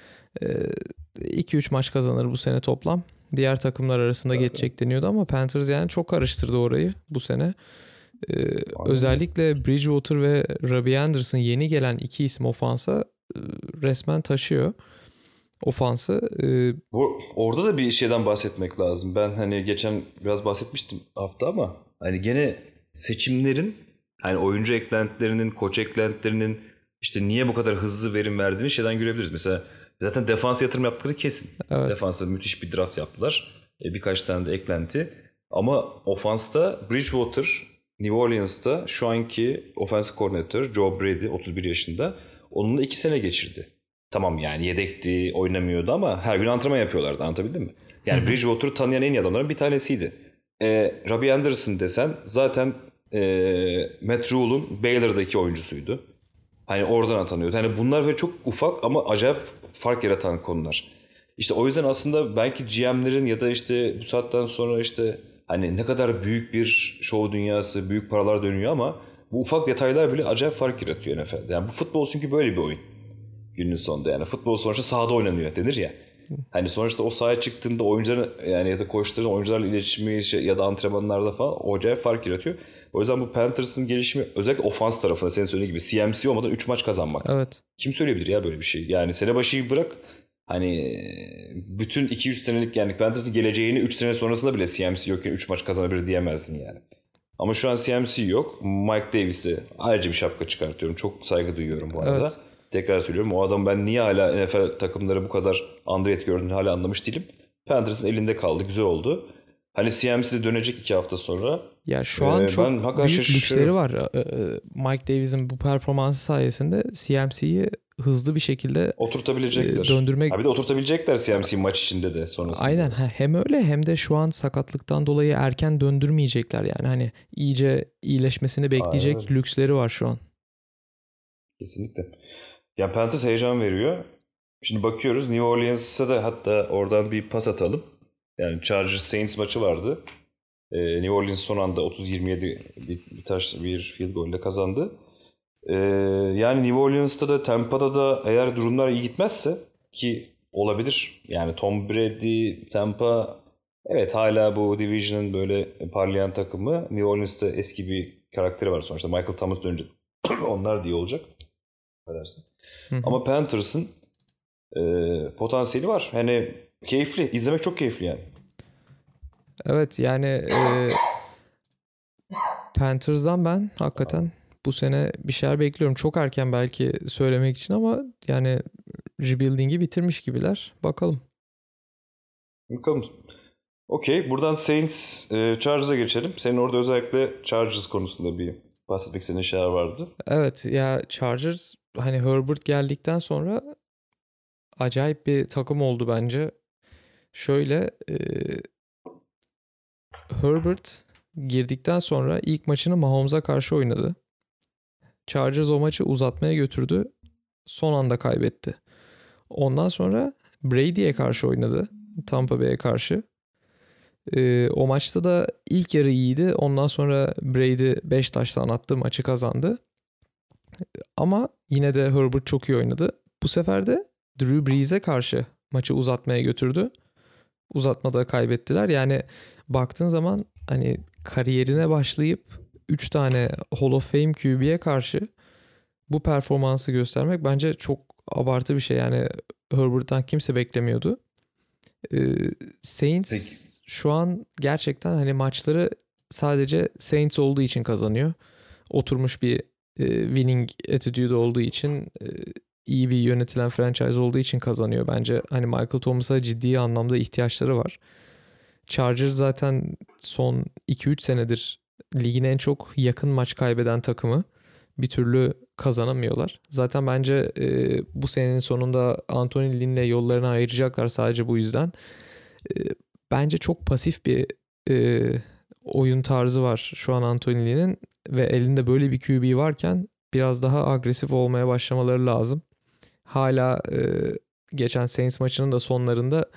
2-3 maç kazanır bu sene toplam. Diğer takımlar arasında Tabii. geçecek deniyordu ama Panthers yani çok karıştırdı orayı bu sene. Aynen. Özellikle Bridgewater ve Robbie Anderson yeni gelen iki isim ofansa resmen taşıyor ofansı. Orada da bir şeyden bahsetmek lazım. Ben hani geçen biraz bahsetmiştim hafta ama hani gene seçimlerin hani oyuncu eklentilerinin, koç eklentilerinin işte niye bu kadar hızlı verim verdiğini şeyden görebiliriz. Mesela zaten defans yatırım yaptıkları kesin. Evet, Defansa müthiş bir draft yaptılar. Birkaç tane de eklenti. Ama ofansta Bridgewater, New Orleans'ta şu anki offensive koordinatör Joe Brady 31 yaşında. Onunla 2 sene geçirdi. Tamam yani yedekti, oynamıyordu ama her gün antrenman yapıyorlardı. Anlatabildim mi? Hı Yani hı. Bridgewater'ı tanıyan en iyi adamların bir tanesiydi. Robbie Anderson desen zaten Matt Rule'un Baylor'daki oyuncusuydu. Hani oradan atanıyordu. Hani bunlar böyle çok ufak ama acayip fark yaratan konular. İşte o yüzden aslında belki GM'lerin ya da işte bu saatten sonra işte hani ne kadar büyük bir show dünyası, büyük paralar dönüyor ama bu ufak detaylar bile acayip fark yaratıyor NFL'de. Yani bu futbol çünkü böyle bir oyun günün sonunda. Yani futbol sonuçta sahada oynanıyor denir ya. Hani sonuçta o sahaya çıktığında oyuncuların yani ya da koçların oyuncularla iletişimi ya da antrenmanlarda falan o acayip fark yaratıyor. O yüzden bu Panthers'ın gelişimi özellikle ofans tarafında senin söylediğin gibi CMC olmadan 3 maç kazanmak. Evet. Kim söyleyebilir ya böyle bir şey? Yani sene başıyı bırak hani bütün 2-3 senelik yani Panthers'ın geleceğini 3 sene sonrasında bile CMC yokken 3 maç kazanabilir diyemezsin yani. Ama şu an CMC yok. Mike Davis'e ayrıca bir şapka çıkartıyorum. Çok saygı duyuyorum bu arada. Evet. Tekrar söylüyorum. O adam ben niye hala NFL takımları bu kadar underrated gördüğünü hala anlamış değilim. Panthers'ın elinde kaldı. Güzel oldu. Hani CMC'de dönecek 2 hafta sonra. Ya şu an Ben çok hakikaten büyük lüksleri şaşırıyorum. var. Mike Davis'in bu performansı sayesinde CMC'yi hızlı bir şekilde Oturtabilecekler. döndürmek. Ha bir de oturtabilecekler CMC maç içinde de sonrasında Aynen, da. hem öyle hem de şu an sakatlıktan dolayı erken döndürmeyecekler yani. Hani iyice iyileşmesini Aynen bekleyecek öyle. lüksleri var şu an. Kesinlikle. Ya Panthers heyecan veriyor. Şimdi bakıyoruz New Orleans'a da hatta oradan bir pas atalım. Yani Chargers Saints maçı vardı. New Orleans son anda 30-27 bir field goal ile kazandı. Ee, Yani New Orleans'ta da Tampa'da da eğer durumlar iyi gitmezse ki olabilir. Yani Tom Brady, Tampa evet hala bu Division'ın böyle parlayan takımı. New Orleans'ta eski bir karakteri var sonuçta. Michael Thomas dönünce onlar diye olacak. Edersin. Hı hı. Ama Panthers'ın potansiyeli var. Hani keyifli. İzlemek çok keyifli yani. Evet yani Panthers'dan ben hakikaten bu sene bir şeyler bekliyorum. Çok erken belki söylemek için ama yani rebuilding'i bitirmiş gibiler. Bakalım. Bakalım. Okey. Buradan Saints Chargers'a geçelim. Senin orada özellikle Chargers konusunda bir bahsetmek istediğin şeyler vardı. Evet ya, Chargers hani Herbert geldikten sonra acayip bir takım oldu bence. Şöyle Herbert girdikten sonra ilk maçını Mahomes'a karşı oynadı. Chargers o maçı uzatmaya götürdü. Son anda kaybetti. Ondan sonra Brady'ye karşı oynadı. Tampa Bay'e karşı. O maçta da ilk yarı iyiydi. Ondan sonra Brady 5 taştan attı, maçı kazandı. Ama yine de Herbert çok iyi oynadı. Bu sefer de Drew Brees'e karşı maçı uzatmaya götürdü. Uzatmada kaybettiler. Yani baktığın zaman hani kariyerine başlayıp 3 tane Hall of Fame QB'ye karşı bu performansı göstermek bence çok abartı bir şey. Yani Herbert'tan kimse beklemiyordu. Ee, Peki. Saints şu an gerçekten hani maçları sadece Saints olduğu için kazanıyor. Oturmuş bir winning attitude olduğu için, iyi bir yönetilen franchise olduğu için kazanıyor bence. Hani Michael Thomas'a ciddi anlamda ihtiyaçları var. Chargers zaten son 2-3 senedir ligin en çok yakın maç kaybeden takımı. Bir türlü kazanamıyorlar. Zaten bence bu senenin sonunda Anthony Lynn'le yollarını ayıracaklar sadece bu yüzden. E, Bence çok pasif bir e, oyun tarzı var şu an Anthony Lynn'in ve elinde böyle bir QB varken biraz daha agresif olmaya başlamaları lazım. Hala geçen Saints maçının da sonlarında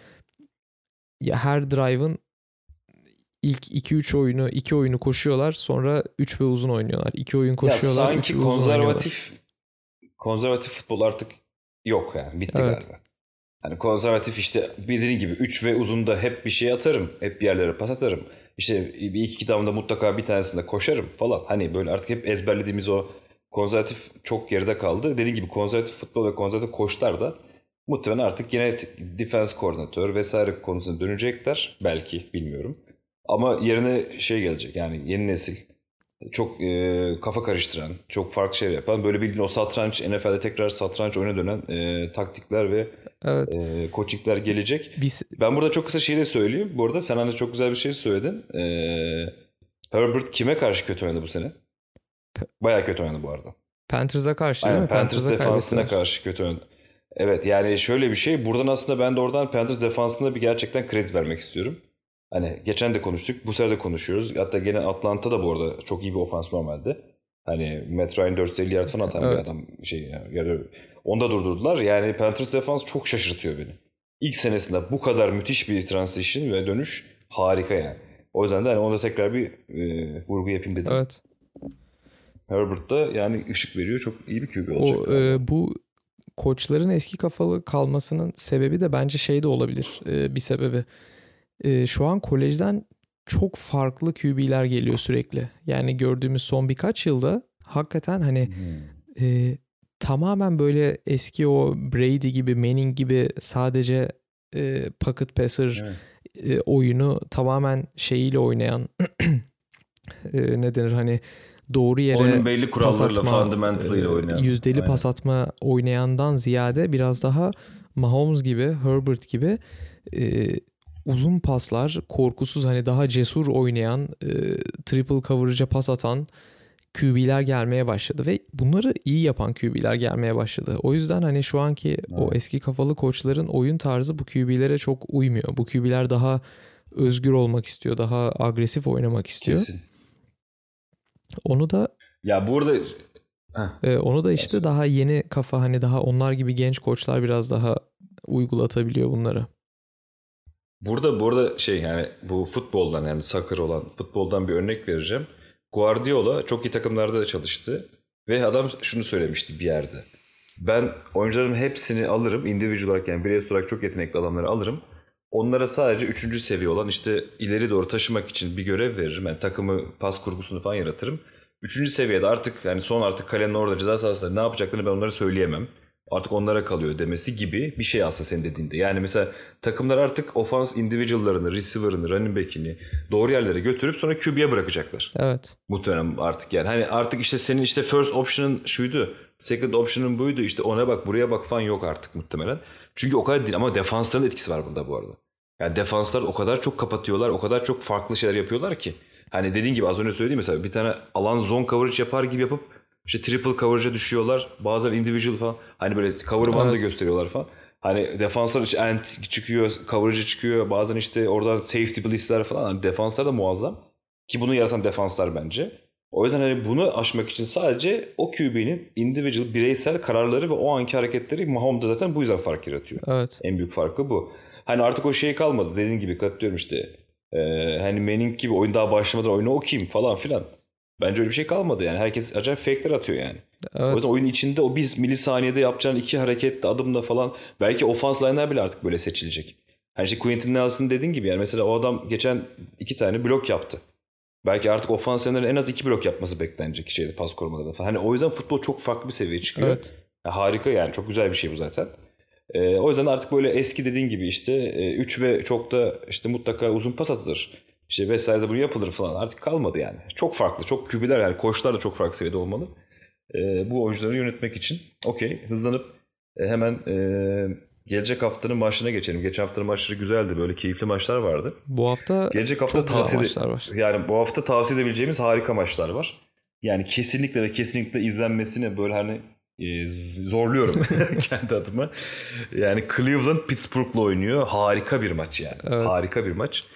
ya her drive'ın ilk 2 oyunu koşuyorlar, sonra 3 ve uzun oynuyorlar. 2 oyun Ya koşuyorlar, 3 sanki ve uzun oynuyorlar. konservatif futbol artık yok yani. Bitti Evet. galiba. Hani konservatif işte bildiğin gibi 3 ve uzunda hep bir şey atarım. Hep bir yerlere pas atarım. İşte bir iki kitabımda mutlaka bir tanesinde koşarım falan. Hani böyle artık hep ezberlediğimiz o konservatif çok geride kaldı. Dediğin gibi konservatif futbol ve konservatif koçlar da muhtemelen artık yine defense koordinatör vesaire konusuna dönecekler. Belki bilmiyorum. Ama yerine şey gelecek yani yeni nesil. Çok kafa karıştıran, çok farklı şeyler yapan, böyle bildiğin o satranç, NFL'de tekrar satranç oyuna dönen taktikler ve Evet. coachingler gelecek. Biz Ben burada çok kısa şey de söyleyeyim. Bu arada sen hani çok güzel bir şey söyledin. Herbert kime karşı kötü oynadı bu sene? Baya kötü oynadı bu arada. Panthers'a karşı değil Aynen mi? Panthers Panthers'a defansına kaybettiler. karşı kötü oynadı. Evet, yani şöyle bir şey. Buradan aslında ben de oradan Panthers defansına bir gerçekten kredi vermek istiyorum. Hani geçen de konuştuk. Bu sefer de konuşuyoruz. Hatta gene Atlanta da bu arada çok iyi bir ofans normalde. Hani Matt Ryan 450 yard falan atan bir Evet. adam yani, onu da durdurdular. Yani Panthers defans çok şaşırtıyor beni. İlk senesinde bu kadar müthiş bir transition ve dönüş harika yani. O yüzden de hani onda tekrar bir vurgu yapayım dedim. Evet. Herbert da yani ışık veriyor. Çok iyi bir QB olacak O galiba. bu koçların eski kafalı kalmasının sebebi de bence şey de olabilir. Bir sebebi. Şu an kolejden çok farklı QB'ler geliyor sürekli. Yani gördüğümüz son birkaç yılda hakikaten hani Hmm. e, tamamen böyle eski o Brady gibi, Manning gibi sadece pocket passer Evet. oyunu tamamen şeyiyle oynayan ne denir hani doğru yere Oyunun belli pas kurallarıyla, atma, fundamentalıyla oynayan. yüzdeli Aynen. pas atma oynayandan ziyade biraz daha Mahomes gibi, Herbert gibi e, uzun paslar, korkusuz hani daha cesur oynayan, triple coverage'a pas atan QB'ler gelmeye başladı ve bunları iyi yapan QB'ler gelmeye başladı. O yüzden hani şu anki o Evet. eski kafalı koçların oyun tarzı bu QB'lere çok uymuyor. Bu QB'ler daha özgür olmak istiyor, daha agresif oynamak istiyor. Kesin. Onu da Ya burada heh, onu da sen işte söyle. daha yeni kafa hani daha onlar gibi genç koçlar biraz daha uygulatabiliyor bunları. Burada bu arada şey yani bu futboldan yani soccer olan futboldan bir örnek vereceğim. Guardiola çok iyi takımlarda da çalıştı ve adam şunu söylemişti bir yerde. Ben oyuncularımın hepsini alırım individual olarak yani bireysel olarak çok yetenekli adamları alırım. Onlara sadece üçüncü seviye olan işte ileri doğru taşımak için bir görev veririm. Yani takımı pas kurgusunu falan yaratırım. Üçüncü seviyede artık yani son artık kalenin orada ceza sahasında ne yapacaklarını ben onlara söyleyemem. Artık onlara kalıyor demesi gibi bir şey aslında senin dediğinde. Yani mesela takımlar artık ofans individual'larını, receiver'ını, running back'ini doğru yerlere götürüp sonra QB'ye bırakacaklar. Evet. Muhtemelen artık yani. Hani artık işte senin işte first option'ın şuydu. Second option'ın buydu. İşte ona bak buraya bak falan yok artık muhtemelen. Çünkü o kadar değil ama defansların etkisi var bunda bu arada. Yani defanslar o kadar çok kapatıyorlar. O kadar çok farklı şeyler yapıyorlar ki. Hani dediğin gibi az önce söylediğim mesela bir tane alan zone coverage yapar gibi yapıp işte triple coverage'a düşüyorlar. Bazen individual falan. Hani böyle cover one da Evet. gösteriyorlar falan. Hani defanslar için end çıkıyor, coverage'a çıkıyor. Bazen işte oradan safety blitz'ler falan. Hani defanslar da muazzam. Ki bunu yaratan defanslar bence. O yüzden hani bunu aşmak için sadece o QB'nin individual, bireysel kararları ve o anki hareketleri Mahomes'da zaten bu yüzden fark yaratıyor. Evet. En büyük farkı bu. Hani artık o şey kalmadı. Dediğin gibi katılıyorum işte. Hani Manning gibi oyun daha başlamadan oyunu okuyayım falan filan. Bence öyle bir şey kalmadı yani. Herkes acayip fake'ler atıyor yani. O yüzden Evet. oyun içinde o biz milisaniyede yapacağın iki hareketle adımla falan belki ofans line'lar bile artık böyle seçilecek. Hani işte Quentin Nelson dediğin gibi yani mesela o adam geçen iki tane blok yaptı. Belki artık ofans line'lerin en az iki blok yapması beklenecek şeyde pas korumalarında falan. Hani o yüzden futbol çok farklı bir seviyeye çıkıyor. Evet. Ya harika yani çok güzel bir şey bu zaten. O yüzden artık böyle eski dediğin gibi işte 3 ve çok da işte mutlaka uzun pas atılır. İşte vesaire de bunu yapılır falan artık kalmadı yani. Çok farklı, çok kübiler yani koçlar da çok farklı seviyede olmalı. Bu oyuncuları yönetmek için. Okey, hızlanıp hemen gelecek haftanın maçına geçelim. Geçen haftanın maçları güzeldi, böyle keyifli maçlar vardı. Bu hafta Gelecek hafta çok güzel maçlar var. yani bu hafta tavsiye edebileceğimiz harika maçlar var. Yani kesinlikle ve kesinlikle izlenmesini böyle hani zorluyorum kendi adıma. Yani Cleveland Pittsburgh'la oynuyor. Harika bir maç yani. Evet. Harika bir maç.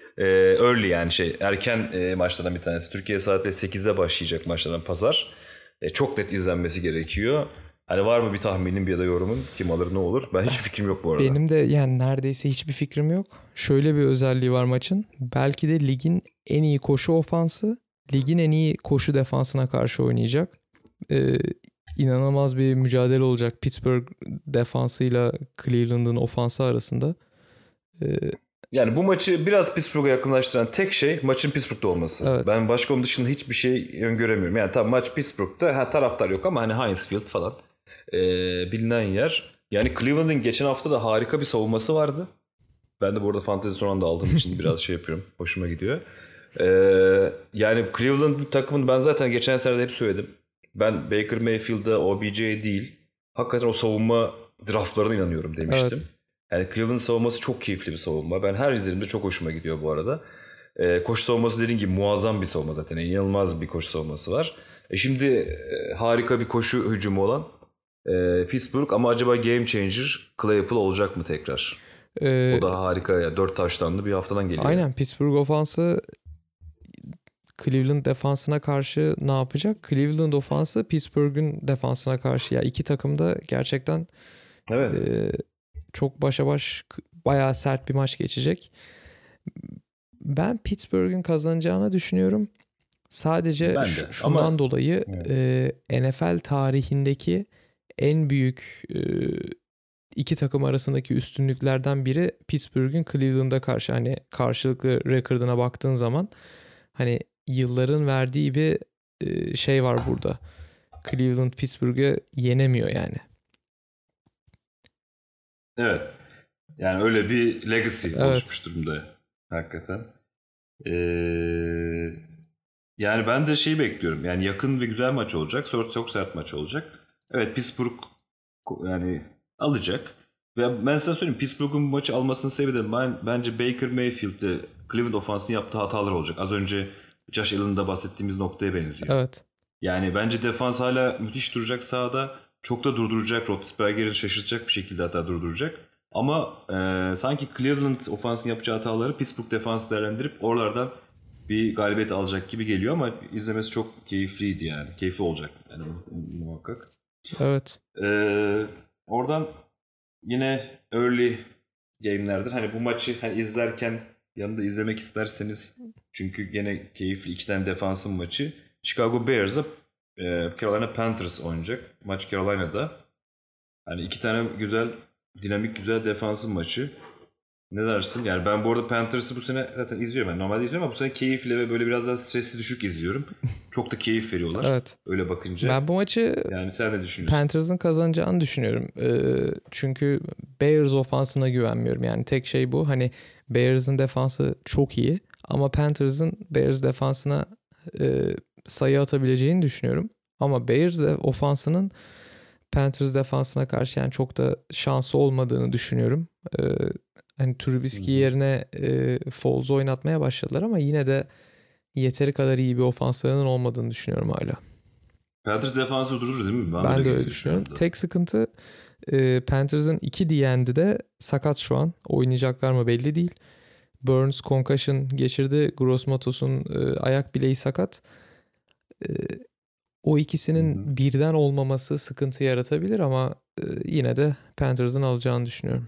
Early yani şey erken maçlardan bir tanesi. Türkiye saatle 8'de başlayacak maçlardan pazar. Çok net izlenmesi gerekiyor. Hani var mı bir tahminin bir ya da yorumun? Kim alır ne olur? Ben hiç fikrim yok bu arada. Benim de yani neredeyse hiçbir fikrim yok. Şöyle bir özelliği var maçın. Belki de ligin en iyi koşu ofansı, ligin en iyi koşu defansına karşı oynayacak. Ee, inanılmaz bir mücadele olacak Pittsburgh defansıyla Cleveland'ın ofansı arasında. Ee, Yani bu maçı biraz Pittsburgh'a yakınlaştıran tek şey maçın Pittsburgh'da olması. evet. Ben başka onun dışında hiçbir şey öngöremiyorum. Yani tabii maç Pittsburgh'da taraftar yok ama hani Heinz Field falan bilinen yer. Yani Cleveland'ın geçen hafta da harika bir savunması vardı. Ben de bu arada fantezi son anda aldığım için biraz şey yapıyorum. Hoşuma gidiyor. Yani Cleveland'ın takımını ben zaten geçen sene de hep söyledim. Ben Baker Mayfield'a OBJ değil. Hakikaten o savunma draftlarına inanıyorum demiştim. Evet. Yani Cleveland savunması çok keyifli bir savunma. Ben her izlediğimde çok hoşuma gidiyor bu arada. Koşu savunması dediğim gibi muazzam bir savunma zaten. İnanılmaz bir koşu savunması var. Şimdi harika bir koşu hücumu olan Pittsburgh ama acaba game changer Claypool olacak mı tekrar? Ee, O da harika ya. 4 taştanlı bir haftadan geliyor. aynen Pittsburgh ofansı Cleveland defansına karşı ne yapacak? Cleveland ofansı Pittsburgh'ün defansına karşı. Ya iki takım da gerçekten Evet. çok başa baş bayağı sert bir maç geçecek. Ben Pittsburgh'ün kazanacağını düşünüyorum. Sadece Ben de. şundan Ama dolayı evet. NFL tarihindeki en büyük iki takım arasındaki üstünlüklerden biri Pittsburgh'ün Cleveland'a karşı. Hani karşılıklı rekorduna baktığın zaman hani yılların verdiği bir şey var burada. Cleveland Pittsburgh'ı yenemiyor yani. Evet. Yani öyle bir legacy Evet. oluşmuş durumda. Hakikaten. Ee, Yani ben de şeyi bekliyorum. Yani yakın ve güzel maç olacak. Çok sert maç olacak. Evet, Pittsburgh yani alacak. Ve ben size söyleyeyim, Pittsburgh'un bu maçı almasının sebebi de bence Baker Mayfield'de Cleveland ofansının yaptığı hatalar olacak. Az önce Josh Allen'da bahsettiğimiz noktaya benziyor. Evet. Yani bence defans hala müthiş duracak sahada. Çok da durduracak. Roethlisberger'i şaşırtacak bir şekilde hatta durduracak. Ama sanki Cleveland ofansının yapacağı hataları Pittsburgh defans değerlendirip oralardan bir galibiyet alacak gibi geliyor ama izlemesi çok keyifliydi yani. Keyifli olacak yani muhakkak. Evet. Oradan yine early game'lerdir. Hani bu maçı hani izlerken yanında izlemek isterseniz, çünkü gene keyifli iki tane defansın maçı. Chicago Bears'a Carolina Panthers oynayacak. Maç Carolina'da. Hani iki tane güzel, dinamik güzel defansın maçı. Ne dersin? Yani ben bu arada Panthers'ı bu sene zaten izliyorum. Ben normalde izliyorum ama bu sene keyifle ve böyle biraz daha stresli düşük izliyorum. Çok da keyif veriyorlar. Evet. Öyle bakınca. Ben bu maçı Yani sen ne düşünüyorsun? Panthers'ın kazanacağını düşünüyorum. Çünkü Bears ofansına güvenmiyorum. Yani tek şey bu. Hani Bears'ın defansı çok iyi ama Panthers'ın Bears defansına sayı atabileceğini düşünüyorum. Ama Bears ofansının Panthers defansına karşı yani çok da şansı olmadığını düşünüyorum. Ee, Hani Hı Trubisky hı. yerine Foles oynatmaya başladılar ama yine de yeteri kadar iyi bir ofanslarının olmadığını düşünüyorum hala. Panthers defansı durur değil mi? Bana öyle Ben de öyle geliyor şu düşünüyorum. anda. Tek sıkıntı Panthers'ın iki DN'di de sakat şu an. Oynayacaklar mı belli değil. Burns concussion geçirdi. Gross-Matos'un ayak bileği sakat. E, O Hı ikisinin hı. birden olmaması sıkıntı yaratabilir ama yine de Panthers'ın alacağını düşünüyorum.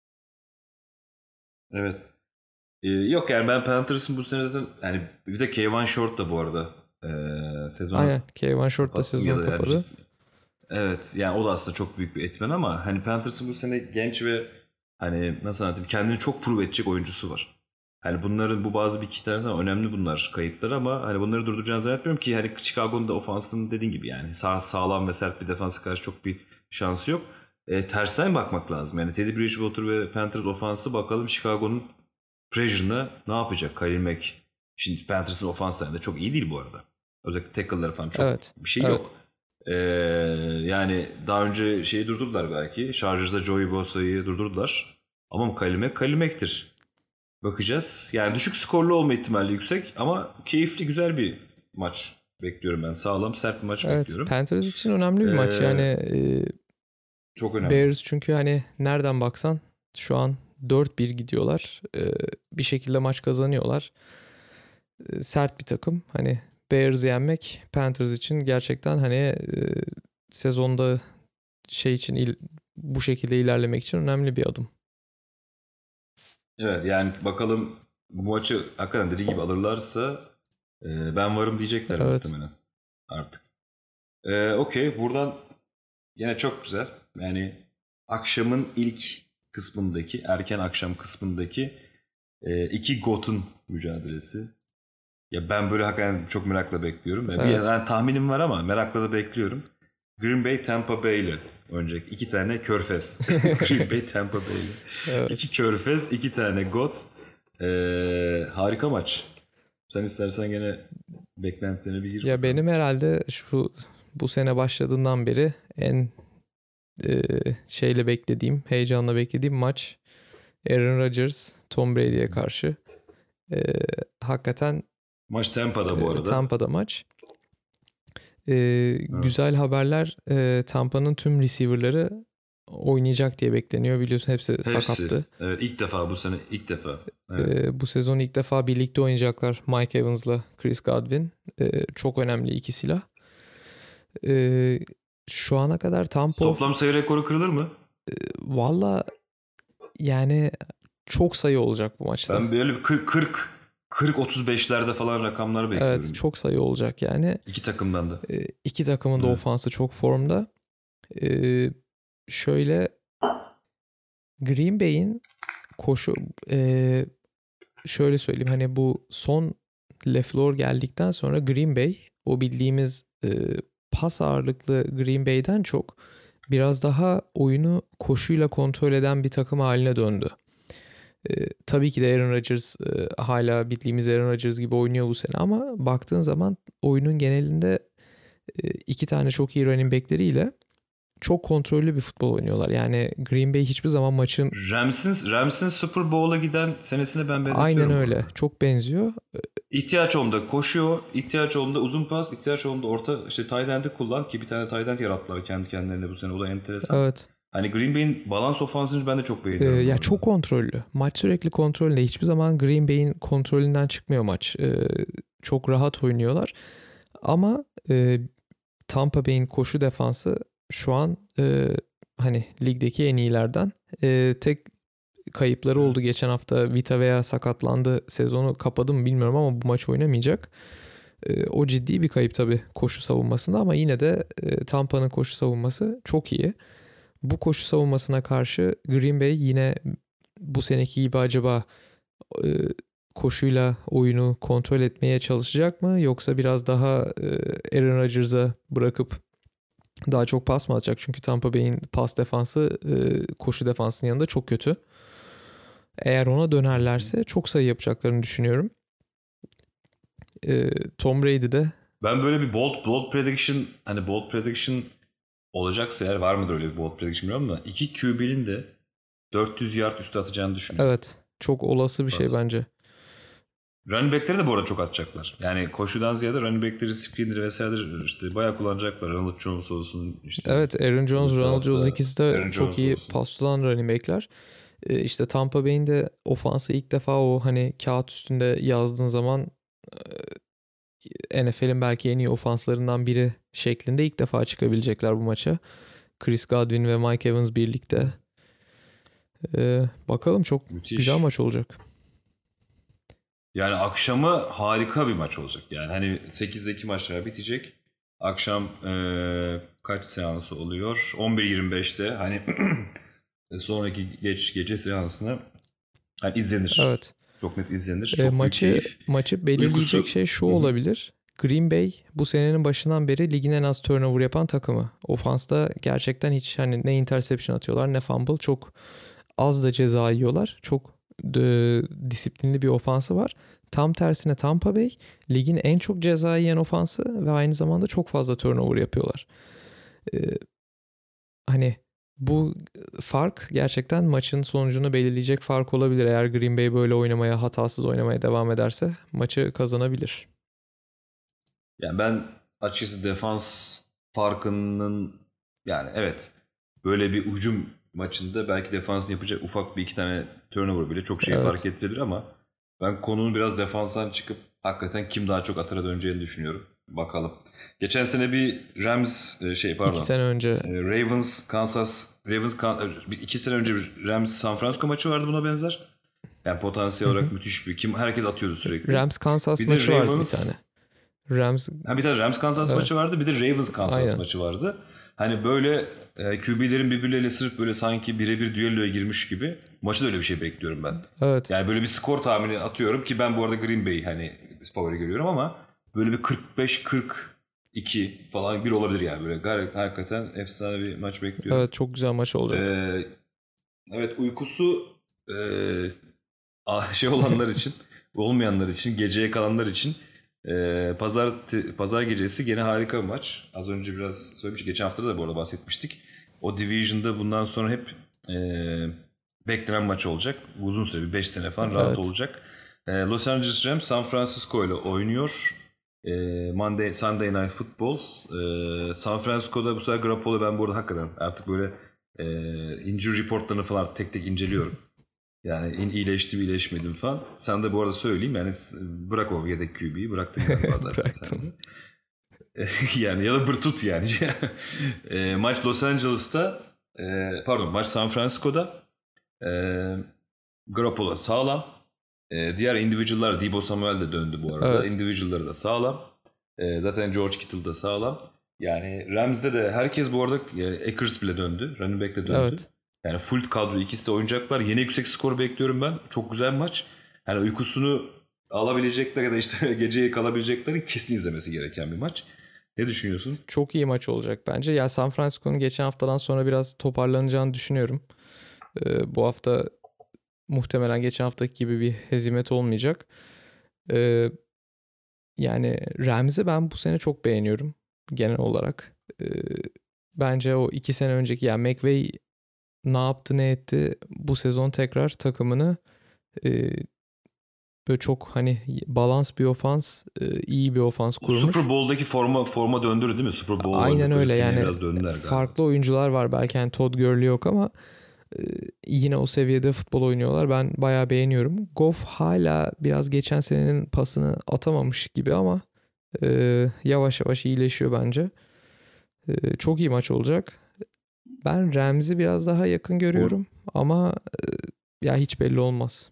Evet. Yok yani ben Panthers'ın bu sene zaten yani bir de Kevin Short da bu arada sezonu Aynen. Kevin Short da kapattım ya sezonu da yani kapadı. evet yani o da aslında çok büyük bir etmen ama hani Panthers'ın bu sene genç ve hani nasıl anlatayım, kendini çok prove edecek oyuncusu var. Hani bunların bu bazı bir iki tane daha önemli bunlar kayıtlar ama hani bunları durduracağını zannetmiyorum ki hani Chicago'nun da ofansının dediğin gibi yani sağlam ve sert bir defansa karşı çok bir şansı yok. Tersten bakmak lazım. Yani Teddy Bridgewater ve Panthers ofansı bakalım Chicago'nun pressure'ına ne yapacak Khalil Mack. Şimdi Panthers'ın ofanslarında çok iyi değil bu arada. Özellikle tackle'ları falan çok Evet. bir şey Evet. yok. Ee, Yani daha önce şeyi durdurdular belki. Chargers'da Joey Bosa'yı durdurdular. Ama Khalil Mack'tir. Bakacağız. Yani düşük skorlu olma ihtimali yüksek ama keyifli güzel bir maç bekliyorum ben. Sağlam sert bir maç Evet. bekliyorum. Panthers için önemli bir maç. Yani Ee, Çok önemli. Bears çünkü hani nereden baksan şu an 4-1 gidiyorlar. Bir şekilde maç kazanıyorlar. Sert bir takım. Hani Bears'ı yenmek Panthers için gerçekten hani sezonda şey için bu şekilde ilerlemek için önemli bir adım. Evet yani bakalım bu maçı hakikaten dediği gibi alırlarsa ben varım diyecekler Evet. muhtemelen artık. Okey, buradan yine çok güzel. Yani akşamın ilk kısmındaki, erken akşam kısmındaki iki GOAT'un mücadelesi. Ya ben böyle hakikaten çok merakla bekliyorum. Bir Evet. yani tahminim var ama merakla da bekliyorum. Green Bay Tampa Bay ile oynayacak. İki tane körfez. Green Bay Tampa Bay ile. İki Evet. körfez, iki tane GOAT. Harika maç. Sen istersen gene beklentilerine bir gir Ya bakalım. benim herhalde bu sene başladığından beri en şeyle beklediğim, heyecanla beklediğim maç Aaron Rodgers, Tom Brady'ye karşı. Hakikaten Maç Tampa'da bu arada. Tampa'da maç. Güzel haberler. Tampa'nın tüm receiver'ları oynayacak diye bekleniyor. Biliyorsun hepsi sakattı. Evet, ilk defa bu sene ilk defa. Evet. Bu sezon ilk defa birlikte oynayacaklar Mike Evans'la Chris Godwin. Çok önemli iki silah. Şu ana kadar Tampa Toplam sayı rekoru kırılır mı? valla yani çok sayı olacak bu maçta. Ben böyle bir 40 35'lerde falan rakamlar bekliyorum. Evet, çok sayı olacak yani. İki takımdan da. İki takımın da ofansı çok formda. Şöyle Green Bay'in koşu şöyle söyleyeyim, hani bu son LaFleur geldikten sonra Green Bay o bildiğimiz pas ağırlıklı Green Bay'den çok biraz daha oyunu koşuyla kontrol eden bir takım haline döndü. Tabii ki de Aaron Rodgers hala bildiğimiz Aaron Rodgers gibi oynuyor bu sene ama baktığın zaman oyunun genelinde iki tane çok iyi running back'leriyle çok kontrollü bir futbol oynuyorlar. Yani Green Bay hiçbir zaman maçın... Rams'in Super Bowl'a giden senesine ben benzetiyorum. Aynen öyle. Çok benziyor. İhtiyaç olduğunda koşuyor, ihtiyaç olduğunda uzun pas, ihtiyaç olduğunda orta tight end'i kullan ki bir tane tight end yarattılar kendi kendilerine bu sene. O da enteresan. Evet. Hani Green Bay'in balans ofansını ben de çok beğeniyorum. Ya çok kontrollü. Maç sürekli kontrolünde. Hiçbir zaman Green Bay'in kontrolünden çıkmıyor maç. Çok rahat oynuyorlar. Ama Tampa Bay'in koşu defansı şu an hani ligdeki en iyilerden. Tek kayıpları oldu geçen hafta. Vita veya sakatlandı. Sezonu kapadı mı bilmiyorum ama bu maç oynamayacak. O ciddi bir kayıp tabii koşu savunmasında ama yine de Tampa'nın koşu savunması çok iyi. Bu koşu savunmasına karşı Green Bay yine bu seneki gibi acaba koşuyla oyunu kontrol etmeye çalışacak mı? Yoksa biraz daha Aaron Rodgers'a bırakıp daha çok pas mı atacak? Çünkü Tampa Bay'in pas defansı koşu defansının yanında çok kötü. Eğer ona dönerlerse çok sayı yapacaklarını düşünüyorum. Tom Brady de... Ben böyle bir bold prediction olacaksa eğer, var mıdır öyle bir bold prediction bilmiyorum ama 2 QB'nin de 400 yard üstü atacağını düşünüyorum. Evet. Çok olası bir şey bence. Running back'leri de bu arada çok atacaklar. Yani koşudan ziyade running back'leri, screenleri vesaireleri işte bayağı kullanacaklar. Ronald Jones olsun. İşte evet, Aaron Jones, Ronald Jones ikisi de Aaron çok Jones iyi olsun. pas tutan running back'ler. İşte Tampa Bay'in de ofansı ilk defa o hani kağıt üstünde yazdığın zaman NFL'in belki en iyi ofanslarından biri şeklinde ilk defa çıkabilecekler bu maça. Chris Godwin ve Mike Evans birlikte. Bakalım, çok Müthiş. Güzel maç olacak. Yani akşamı harika bir maç olacak. Yani hani 8'deki maçlar bitecek. Akşam kaç seansı oluyor? 11:25'te hani sonraki gece seansını hani izlenir. Evet. Çok net izlenir. Çok Maçı belirleyecek şey şu olabilir. Green Bay bu senenin başından beri ligin en az turnover yapan takımı. Ofansta gerçekten hiç hani ne interception atıyorlar ne fumble, çok az da ceza yiyorlar. Çok disiplinli bir ofansı var. Tam tersine Tampa Bay ligin en çok ceza yiyen ofansı ve aynı zamanda çok fazla turnover yapıyorlar. Hani bu fark gerçekten maçın sonucunu belirleyecek fark olabilir. Eğer Green Bay böyle oynamaya, hatasız oynamaya devam ederse maçı kazanabilir. Yani ben açıkçası defans farkının, yani evet, böyle bir hücum maçında belki defansın yapacak ufak bir iki tane turnover bile çok şey fark ettirebilir ama ben konunun biraz defanstan çıkıp hakikaten kim daha çok atara döneceğini düşünüyorum. Bakalım. Geçen sene bir Rams 2 sene önce Ravens 2 sene önce bir Rams San Francisco maçı vardı buna benzer. Yani potansiyel olarak müthiş bir, herkes atıyordu sürekli. Rams Kansas Bir maçı vardı bir Ravens- tane. Bir tane Rams Kansas Evet. maçı vardı, bir de Ravens Kansas Aynen. maçı vardı. Hani böyle QB'lerin birbirleriyle sırf böyle sanki birebir düelloya girmiş gibi, maçı da öyle bir şey bekliyorum ben. Evet. Yani böyle bir skor tahmini atıyorum ki ben bu arada Green Bay'i hani favori görüyorum ama böyle bir 45-42 falan bir olabilir yani, böyle gayet hakikaten efsane bir maç bekliyorum. Evet, çok güzel maç olacak. Evet, uykusu olanlar için, olmayanlar için, geceye kalanlar için pazar gecesi gene harika bir maç. Az önce biraz söylemiştik. Geçen hafta da bu arada bahsetmiştik. O Division'da bundan sonra hep beklenen maç olacak. Uzun süre, bir 5 sene falan rahat olacak. Los Angeles Rams San Francisco ile oynuyor. Sunday Night Football. San Francisco'da bu sefer Garoppolo, ben bu arada hakikaten artık böyle injury reportlarını falan artık tek tek inceliyorum. Yani iyileşti mi iyileşmedi mi falan. Sen de bu arada söyleyeyim yani bırak o yedek QB'yi, bıraktın galiba zaten sen de. Bıraktım. Yani ya da bırtut yani. Maç Los Angeles'ta, maç San Francisco'da. Garoppolo sağlam. Diğer individual'lar, Deebo Samuel de döndü bu arada. Evet. Individual'ları da sağlam. Zaten George Kittle da sağlam. Yani Rams'de de herkes bu arada, Akers bile döndü. Running back de döndü. Evet. Yani full kadro, ikisi de oynayacaklar. Yine yüksek skor bekliyorum ben. Çok güzel bir maç. Yani uykusunu alabilecekler ya da işte geceye kalabileceklerin kesin izlemesi gereken bir maç. Ne düşünüyorsun? Çok iyi maç olacak bence. Ya San Francisco'nun geçen haftadan sonra biraz toparlanacağını düşünüyorum. Bu hafta muhtemelen geçen haftaki gibi bir hezimet olmayacak. Ee, Yani Rams'i ben bu sene çok beğeniyorum genel olarak. Bence o 2 sene önceki, yani McVay ne yaptı ne etti, bu sezon tekrar takımını e, böyle çok hani balans bir ofans, iyi bir ofans kurmuş. Super Bowl'daki forma döndürdü değil mi? Super Bowl Aynen oynadıkları öyle, seneye yani biraz döndüler galiba. farklı oyuncular var belki, yani Todd Gurley yok ama yine o seviyede futbol oynuyorlar. Ben bayağı beğeniyorum. Goff hala biraz geçen senenin pasını atamamış gibi ama yavaş yavaş iyileşiyor bence. Çok iyi maç olacak. Ben Rams'i biraz daha yakın görüyorum ama ya hiç belli olmaz.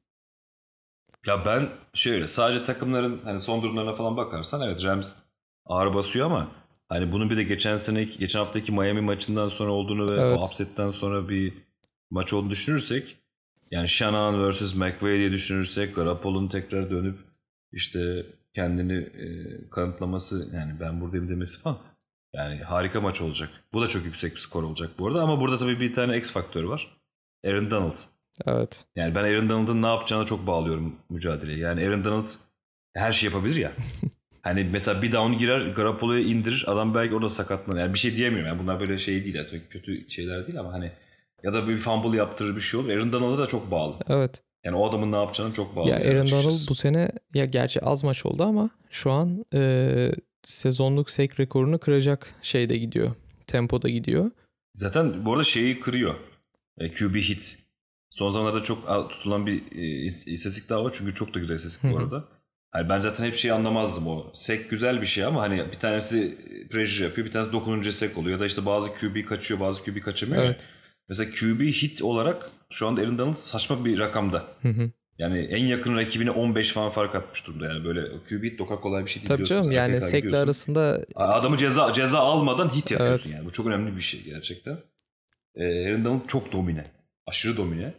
Ya ben şöyle, sadece takımların hani son durumlarına falan bakarsan evet Rams ağır basıyor ama hani bunun bir de geçen haftaki Miami maçından sonra olduğunu ve o Evet. upset'ten sonra bir maç olduğunu düşünürsek, yani Shanahan vs. McVay diye düşünürsek, Garoppolo'nun tekrar dönüp işte kendini kanıtlaması, yani ben buradayım demesi falan, yani harika maç olacak. Bu da çok yüksek bir skor olacak bu arada ama burada tabii bir tane X faktörü var. Aaron Donald. Evet. Yani ben Aaron Donald'ın ne yapacağına çok bağlıyorum mücadeleye. Yani Aaron Donald her şey yapabilir ya. Hani mesela bir down girer, Garoppolo'ya indirir. Adam belki orada sakatlanır. Yani bir şey diyemiyorum. Yani bunlar böyle şey değil. Yani kötü şeyler değil ama hani ya da bir fumble yaptırır, bir şey olur. Aaron Donald'a da çok bağlı. Evet. Yani o adamın ne yapacağına çok bağlı Ya yani Aaron Donald açıkçası. bu sene, ya gerçi az maç oldu ama şu an sezonluk sack rekorunu kıracak şeyde gidiyor. Tempoda gidiyor. Zaten bu arada şeyi kırıyor. QB hit. Son zamanlarda çok tutulan bir istatistik daha var. Çünkü çok da güzel Hı istatistik bu hı. arada. Hani ben zaten hep şeyi anlamazdım o. Sek güzel bir şey ama hani bir tanesi pressure yapıyor, bir tanesi dokununca sek oluyor. Ya da işte bazı QB kaçıyor, bazı QB kaçamıyor ya. Evet. Mesela QB hit olarak şu anda Aaron Donald saçma bir rakamda. Hı hı. Yani en yakın rakibine 15 falan fark atmış durumda. Yani böyle QB hit o kadar kolay bir şey değil, Tabii biliyorsunuz. canım, yani Arkaya sack'le gidiyorsun. arasında Adamı ceza almadan hit yapıyorsun evet. yani. Bu çok önemli bir şey gerçekten. Aaron Donald çok domine. Aşırı domine.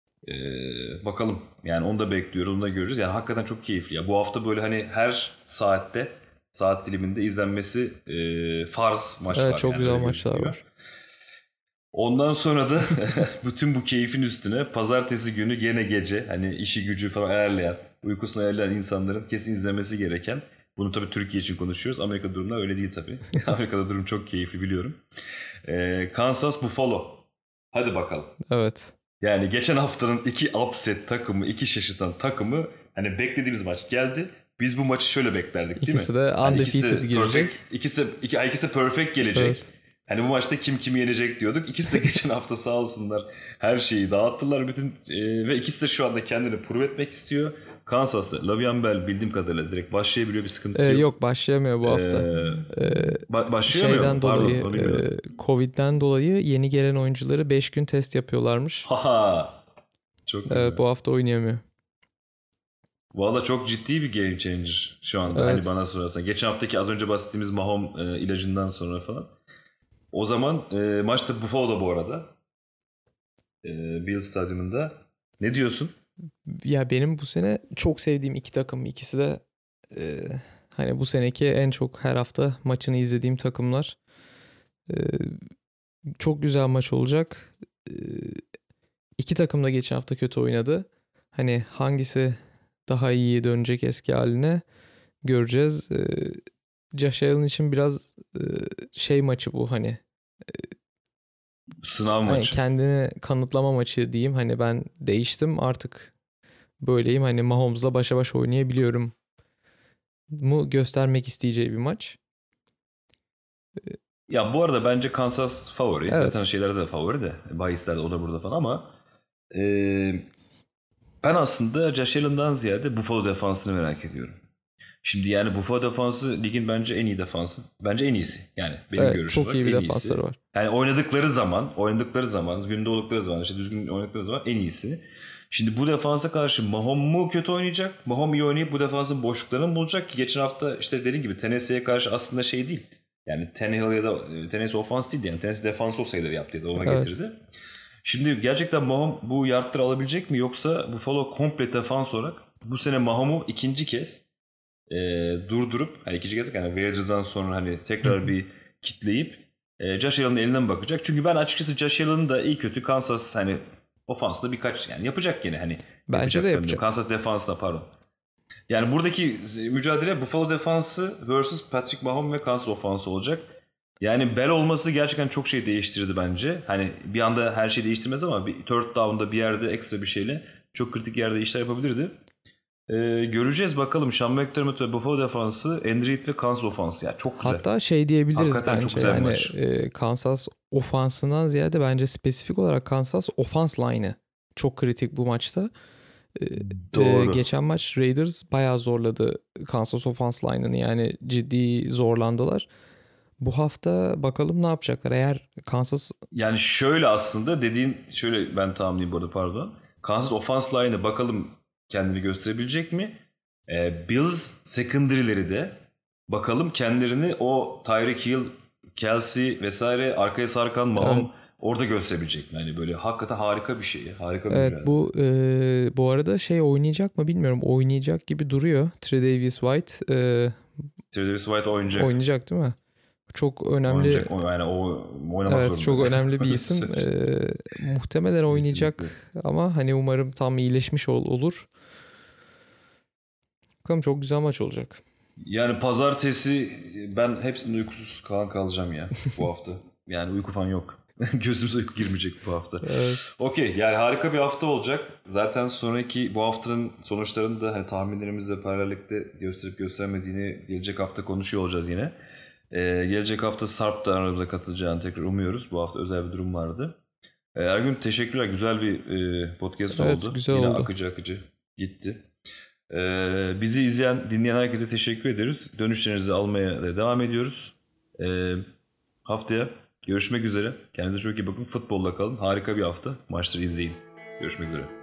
Bakalım. Yani onu da bekliyoruz. Onu da göreceğiz. Yani hakikaten çok keyifli. Ya bu hafta böyle hani her saat diliminde izlenmesi farz maç Evet, var çok yani. güzel Öyle maçlar gözüküyor. var. Ondan sonra da bütün bu keyfin üstüne pazartesi günü gene gece hani işi gücü falan ayarlayan, uykusunu ayarlayan insanların kesin izlemesi gereken, bunu tabii Türkiye için konuşuyoruz. Amerika durumlar öyle değil tabii. Amerika'da durum çok keyifli, biliyorum. Kansas Buffalo. Hadi bakalım. Evet. Yani geçen haftanın iki upset takımı, iki şaşırtan takımı, hani beklediğimiz maç geldi. Biz bu maçı şöyle beklerdik değil mi? İkisi de Hani undefeated girecek. ikisi de perfect gelecek. Evet. Hani bu maçta kim kimi yenecek diyorduk. İkisi de geçen hafta sağ olsunlar her şeyi dağıttılar bütün ve ikisi de şu anda kendini prove etmek istiyor. Kansas'ta Le'Veon Bell bildiğim kadarıyla direkt başlayabiliyor, bir sıkıntısı yok. Yok, başlayamıyor bu hafta. Başlayamıyor mu? Şeyden Pardon, dolayı, onu bilmiyordum. Covid'den dolayı yeni gelen oyuncuları 5 gün test yapıyorlarmış. Haha. Çok güzel. Bu hafta oynayamıyor. Valla çok ciddi bir game changer şu anda hani Evet. bana sorarsan. Geçen haftaki az önce bahsettiğimiz Mahomes ilacından sonra falan. O zaman maçta Buffalo'da bu arada. Bill Stadyumunda. Ne diyorsun? Ya benim bu sene çok sevdiğim iki takım. İkisi de e, hani bu seneki en çok her hafta maçını izlediğim takımlar. E, Çok güzel maç olacak. E, İki takım da geçen hafta kötü oynadı. Hani hangisi daha iyi dönecek eski haline göreceğiz. Josh Allen için biraz şey maçı bu, Sınav hani maçı. kendini kanıtlama maçı diyeyim. Hani ben değiştim artık, böyleyim. Hani Mahomes'la başa baş oynayabiliyorum mu göstermek isteyeceği bir maç. Ya bu arada bence Kansas favori. Evet. Zaten şeylerde de favori de. Bahislerde o da burada falan ama ben aslında Josh Allen'dan ziyade Buffalo defansını merak ediyorum. Şimdi yani Buffalo defansı ligin bence en iyi defansı. Bence en iyisi. Yani benim Evet, görüşüm çok olarak iyi bir en defansları iyisi. var. Yani oynadıkları zaman, günde oldukları zaman, işte düzgün oynadıkları zaman en iyisi. Şimdi bu defansa karşı Mahomes mu kötü oynayacak? Mahomes iyi oynayıp bu defansın boşluklarını mı bulacak ki? Geçen hafta işte dediğim gibi Tennessee'ye karşı aslında şey değil. Yani Tannehill ya da Tennessee ofans değil yani. Tennessee defans o sayıları yaptı ya da ona Evet. getirdi. Şimdi gerçekten Mahomes bu yardları alabilecek mi? Yoksa Buffalo komple defans olarak bu sene Mahomes'u ikinci kez durdurup hani ikinci kez yani Wagers'dan sonra hani tekrar bir kitleyip Josh Allen'ın eline mi bakacak? Çünkü ben açıkçası Josh Allen'ın da iyi kötü Kansas hani ofansında birkaç yani yapacak yine hani Bence de yapacaklarını yapacak. Kansas defansında pardon. Yani buradaki mücadele Buffalo defansı vs Patrick Mahomes ve Kansas ofansı olacak. Yani Bell olması gerçekten çok şey değiştirdi bence. Hani bir anda her şeyi değiştirmez ama bir third down'da bir yerde ekstra bir şeyle çok kritik yerde işler yapabilirdi. Göreceğiz bakalım. Sean McDermott ve Buffalo defansı, Andy Reid ve Kansas ofansı. Yani çok güzel. Hatta şey diyebiliriz Hakikaten çok bence güzel bir yani maç. Kansas ofansından ziyade bence spesifik olarak Kansas ofans line'ı çok kritik bu maçta. Doğru. Geçen maç Raiders bayağı zorladı Kansas ofans line'ını, yani ciddi zorlandılar. Bu hafta bakalım ne yapacaklar. Eğer Kansas Yani şöyle aslında dediğin şöyle ben tahminleyeyim bu arada pardon. Kansas offense line'ı bakalım kendini gösterebilecek mi? Bills secondary'leri de bakalım kendilerini o Tyreek Hill, Kelsey vesaire arkaya sarkan Mahomes evet, orada gösterebilecek mi? Yani böyle hakikaten harika bir şey. Harika bir evet mücadele. bu arada şey oynayacak mı bilmiyorum. Oynayacak gibi duruyor. Tre'Davious White Travis White oynayacak. oynayacak değil mi? Çok önemli. Oynayacak. Yani o oynamak Evet, çok zorunda. önemli bir isim. Muhtemelen oynayacak Kesinlikle. ama hani umarım tam iyileşmiş olur. Bakalım, çok güzel maç olacak. Yani pazartesi ben hepsinde uykusuz kalacağım ya bu hafta. Yani uyku falan yok. Gözümüze uyku girmeyecek bu hafta. Evet. Okey yani harika bir hafta olacak. Zaten sonraki bu haftanın sonuçlarını da hani tahminlerimizle paralellikte gösterip göstermediğini gelecek hafta konuşuyor olacağız yine. Gelecek hafta Sarp da aramıza katılacağını tekrar umuyoruz. Bu hafta özel bir durum vardı. Ergün teşekkürler. Güzel bir podcast Evet, oldu. güzel Yine oldu. akıcı gitti. Bizi dinleyen herkese teşekkür ederiz. Dönüşlerinizi almaya da devam ediyoruz. Haftaya görüşmek üzere. Kendinize çok iyi bakın. Futbolla kalın. Harika bir hafta. Maçları izleyin. Görüşmek üzere.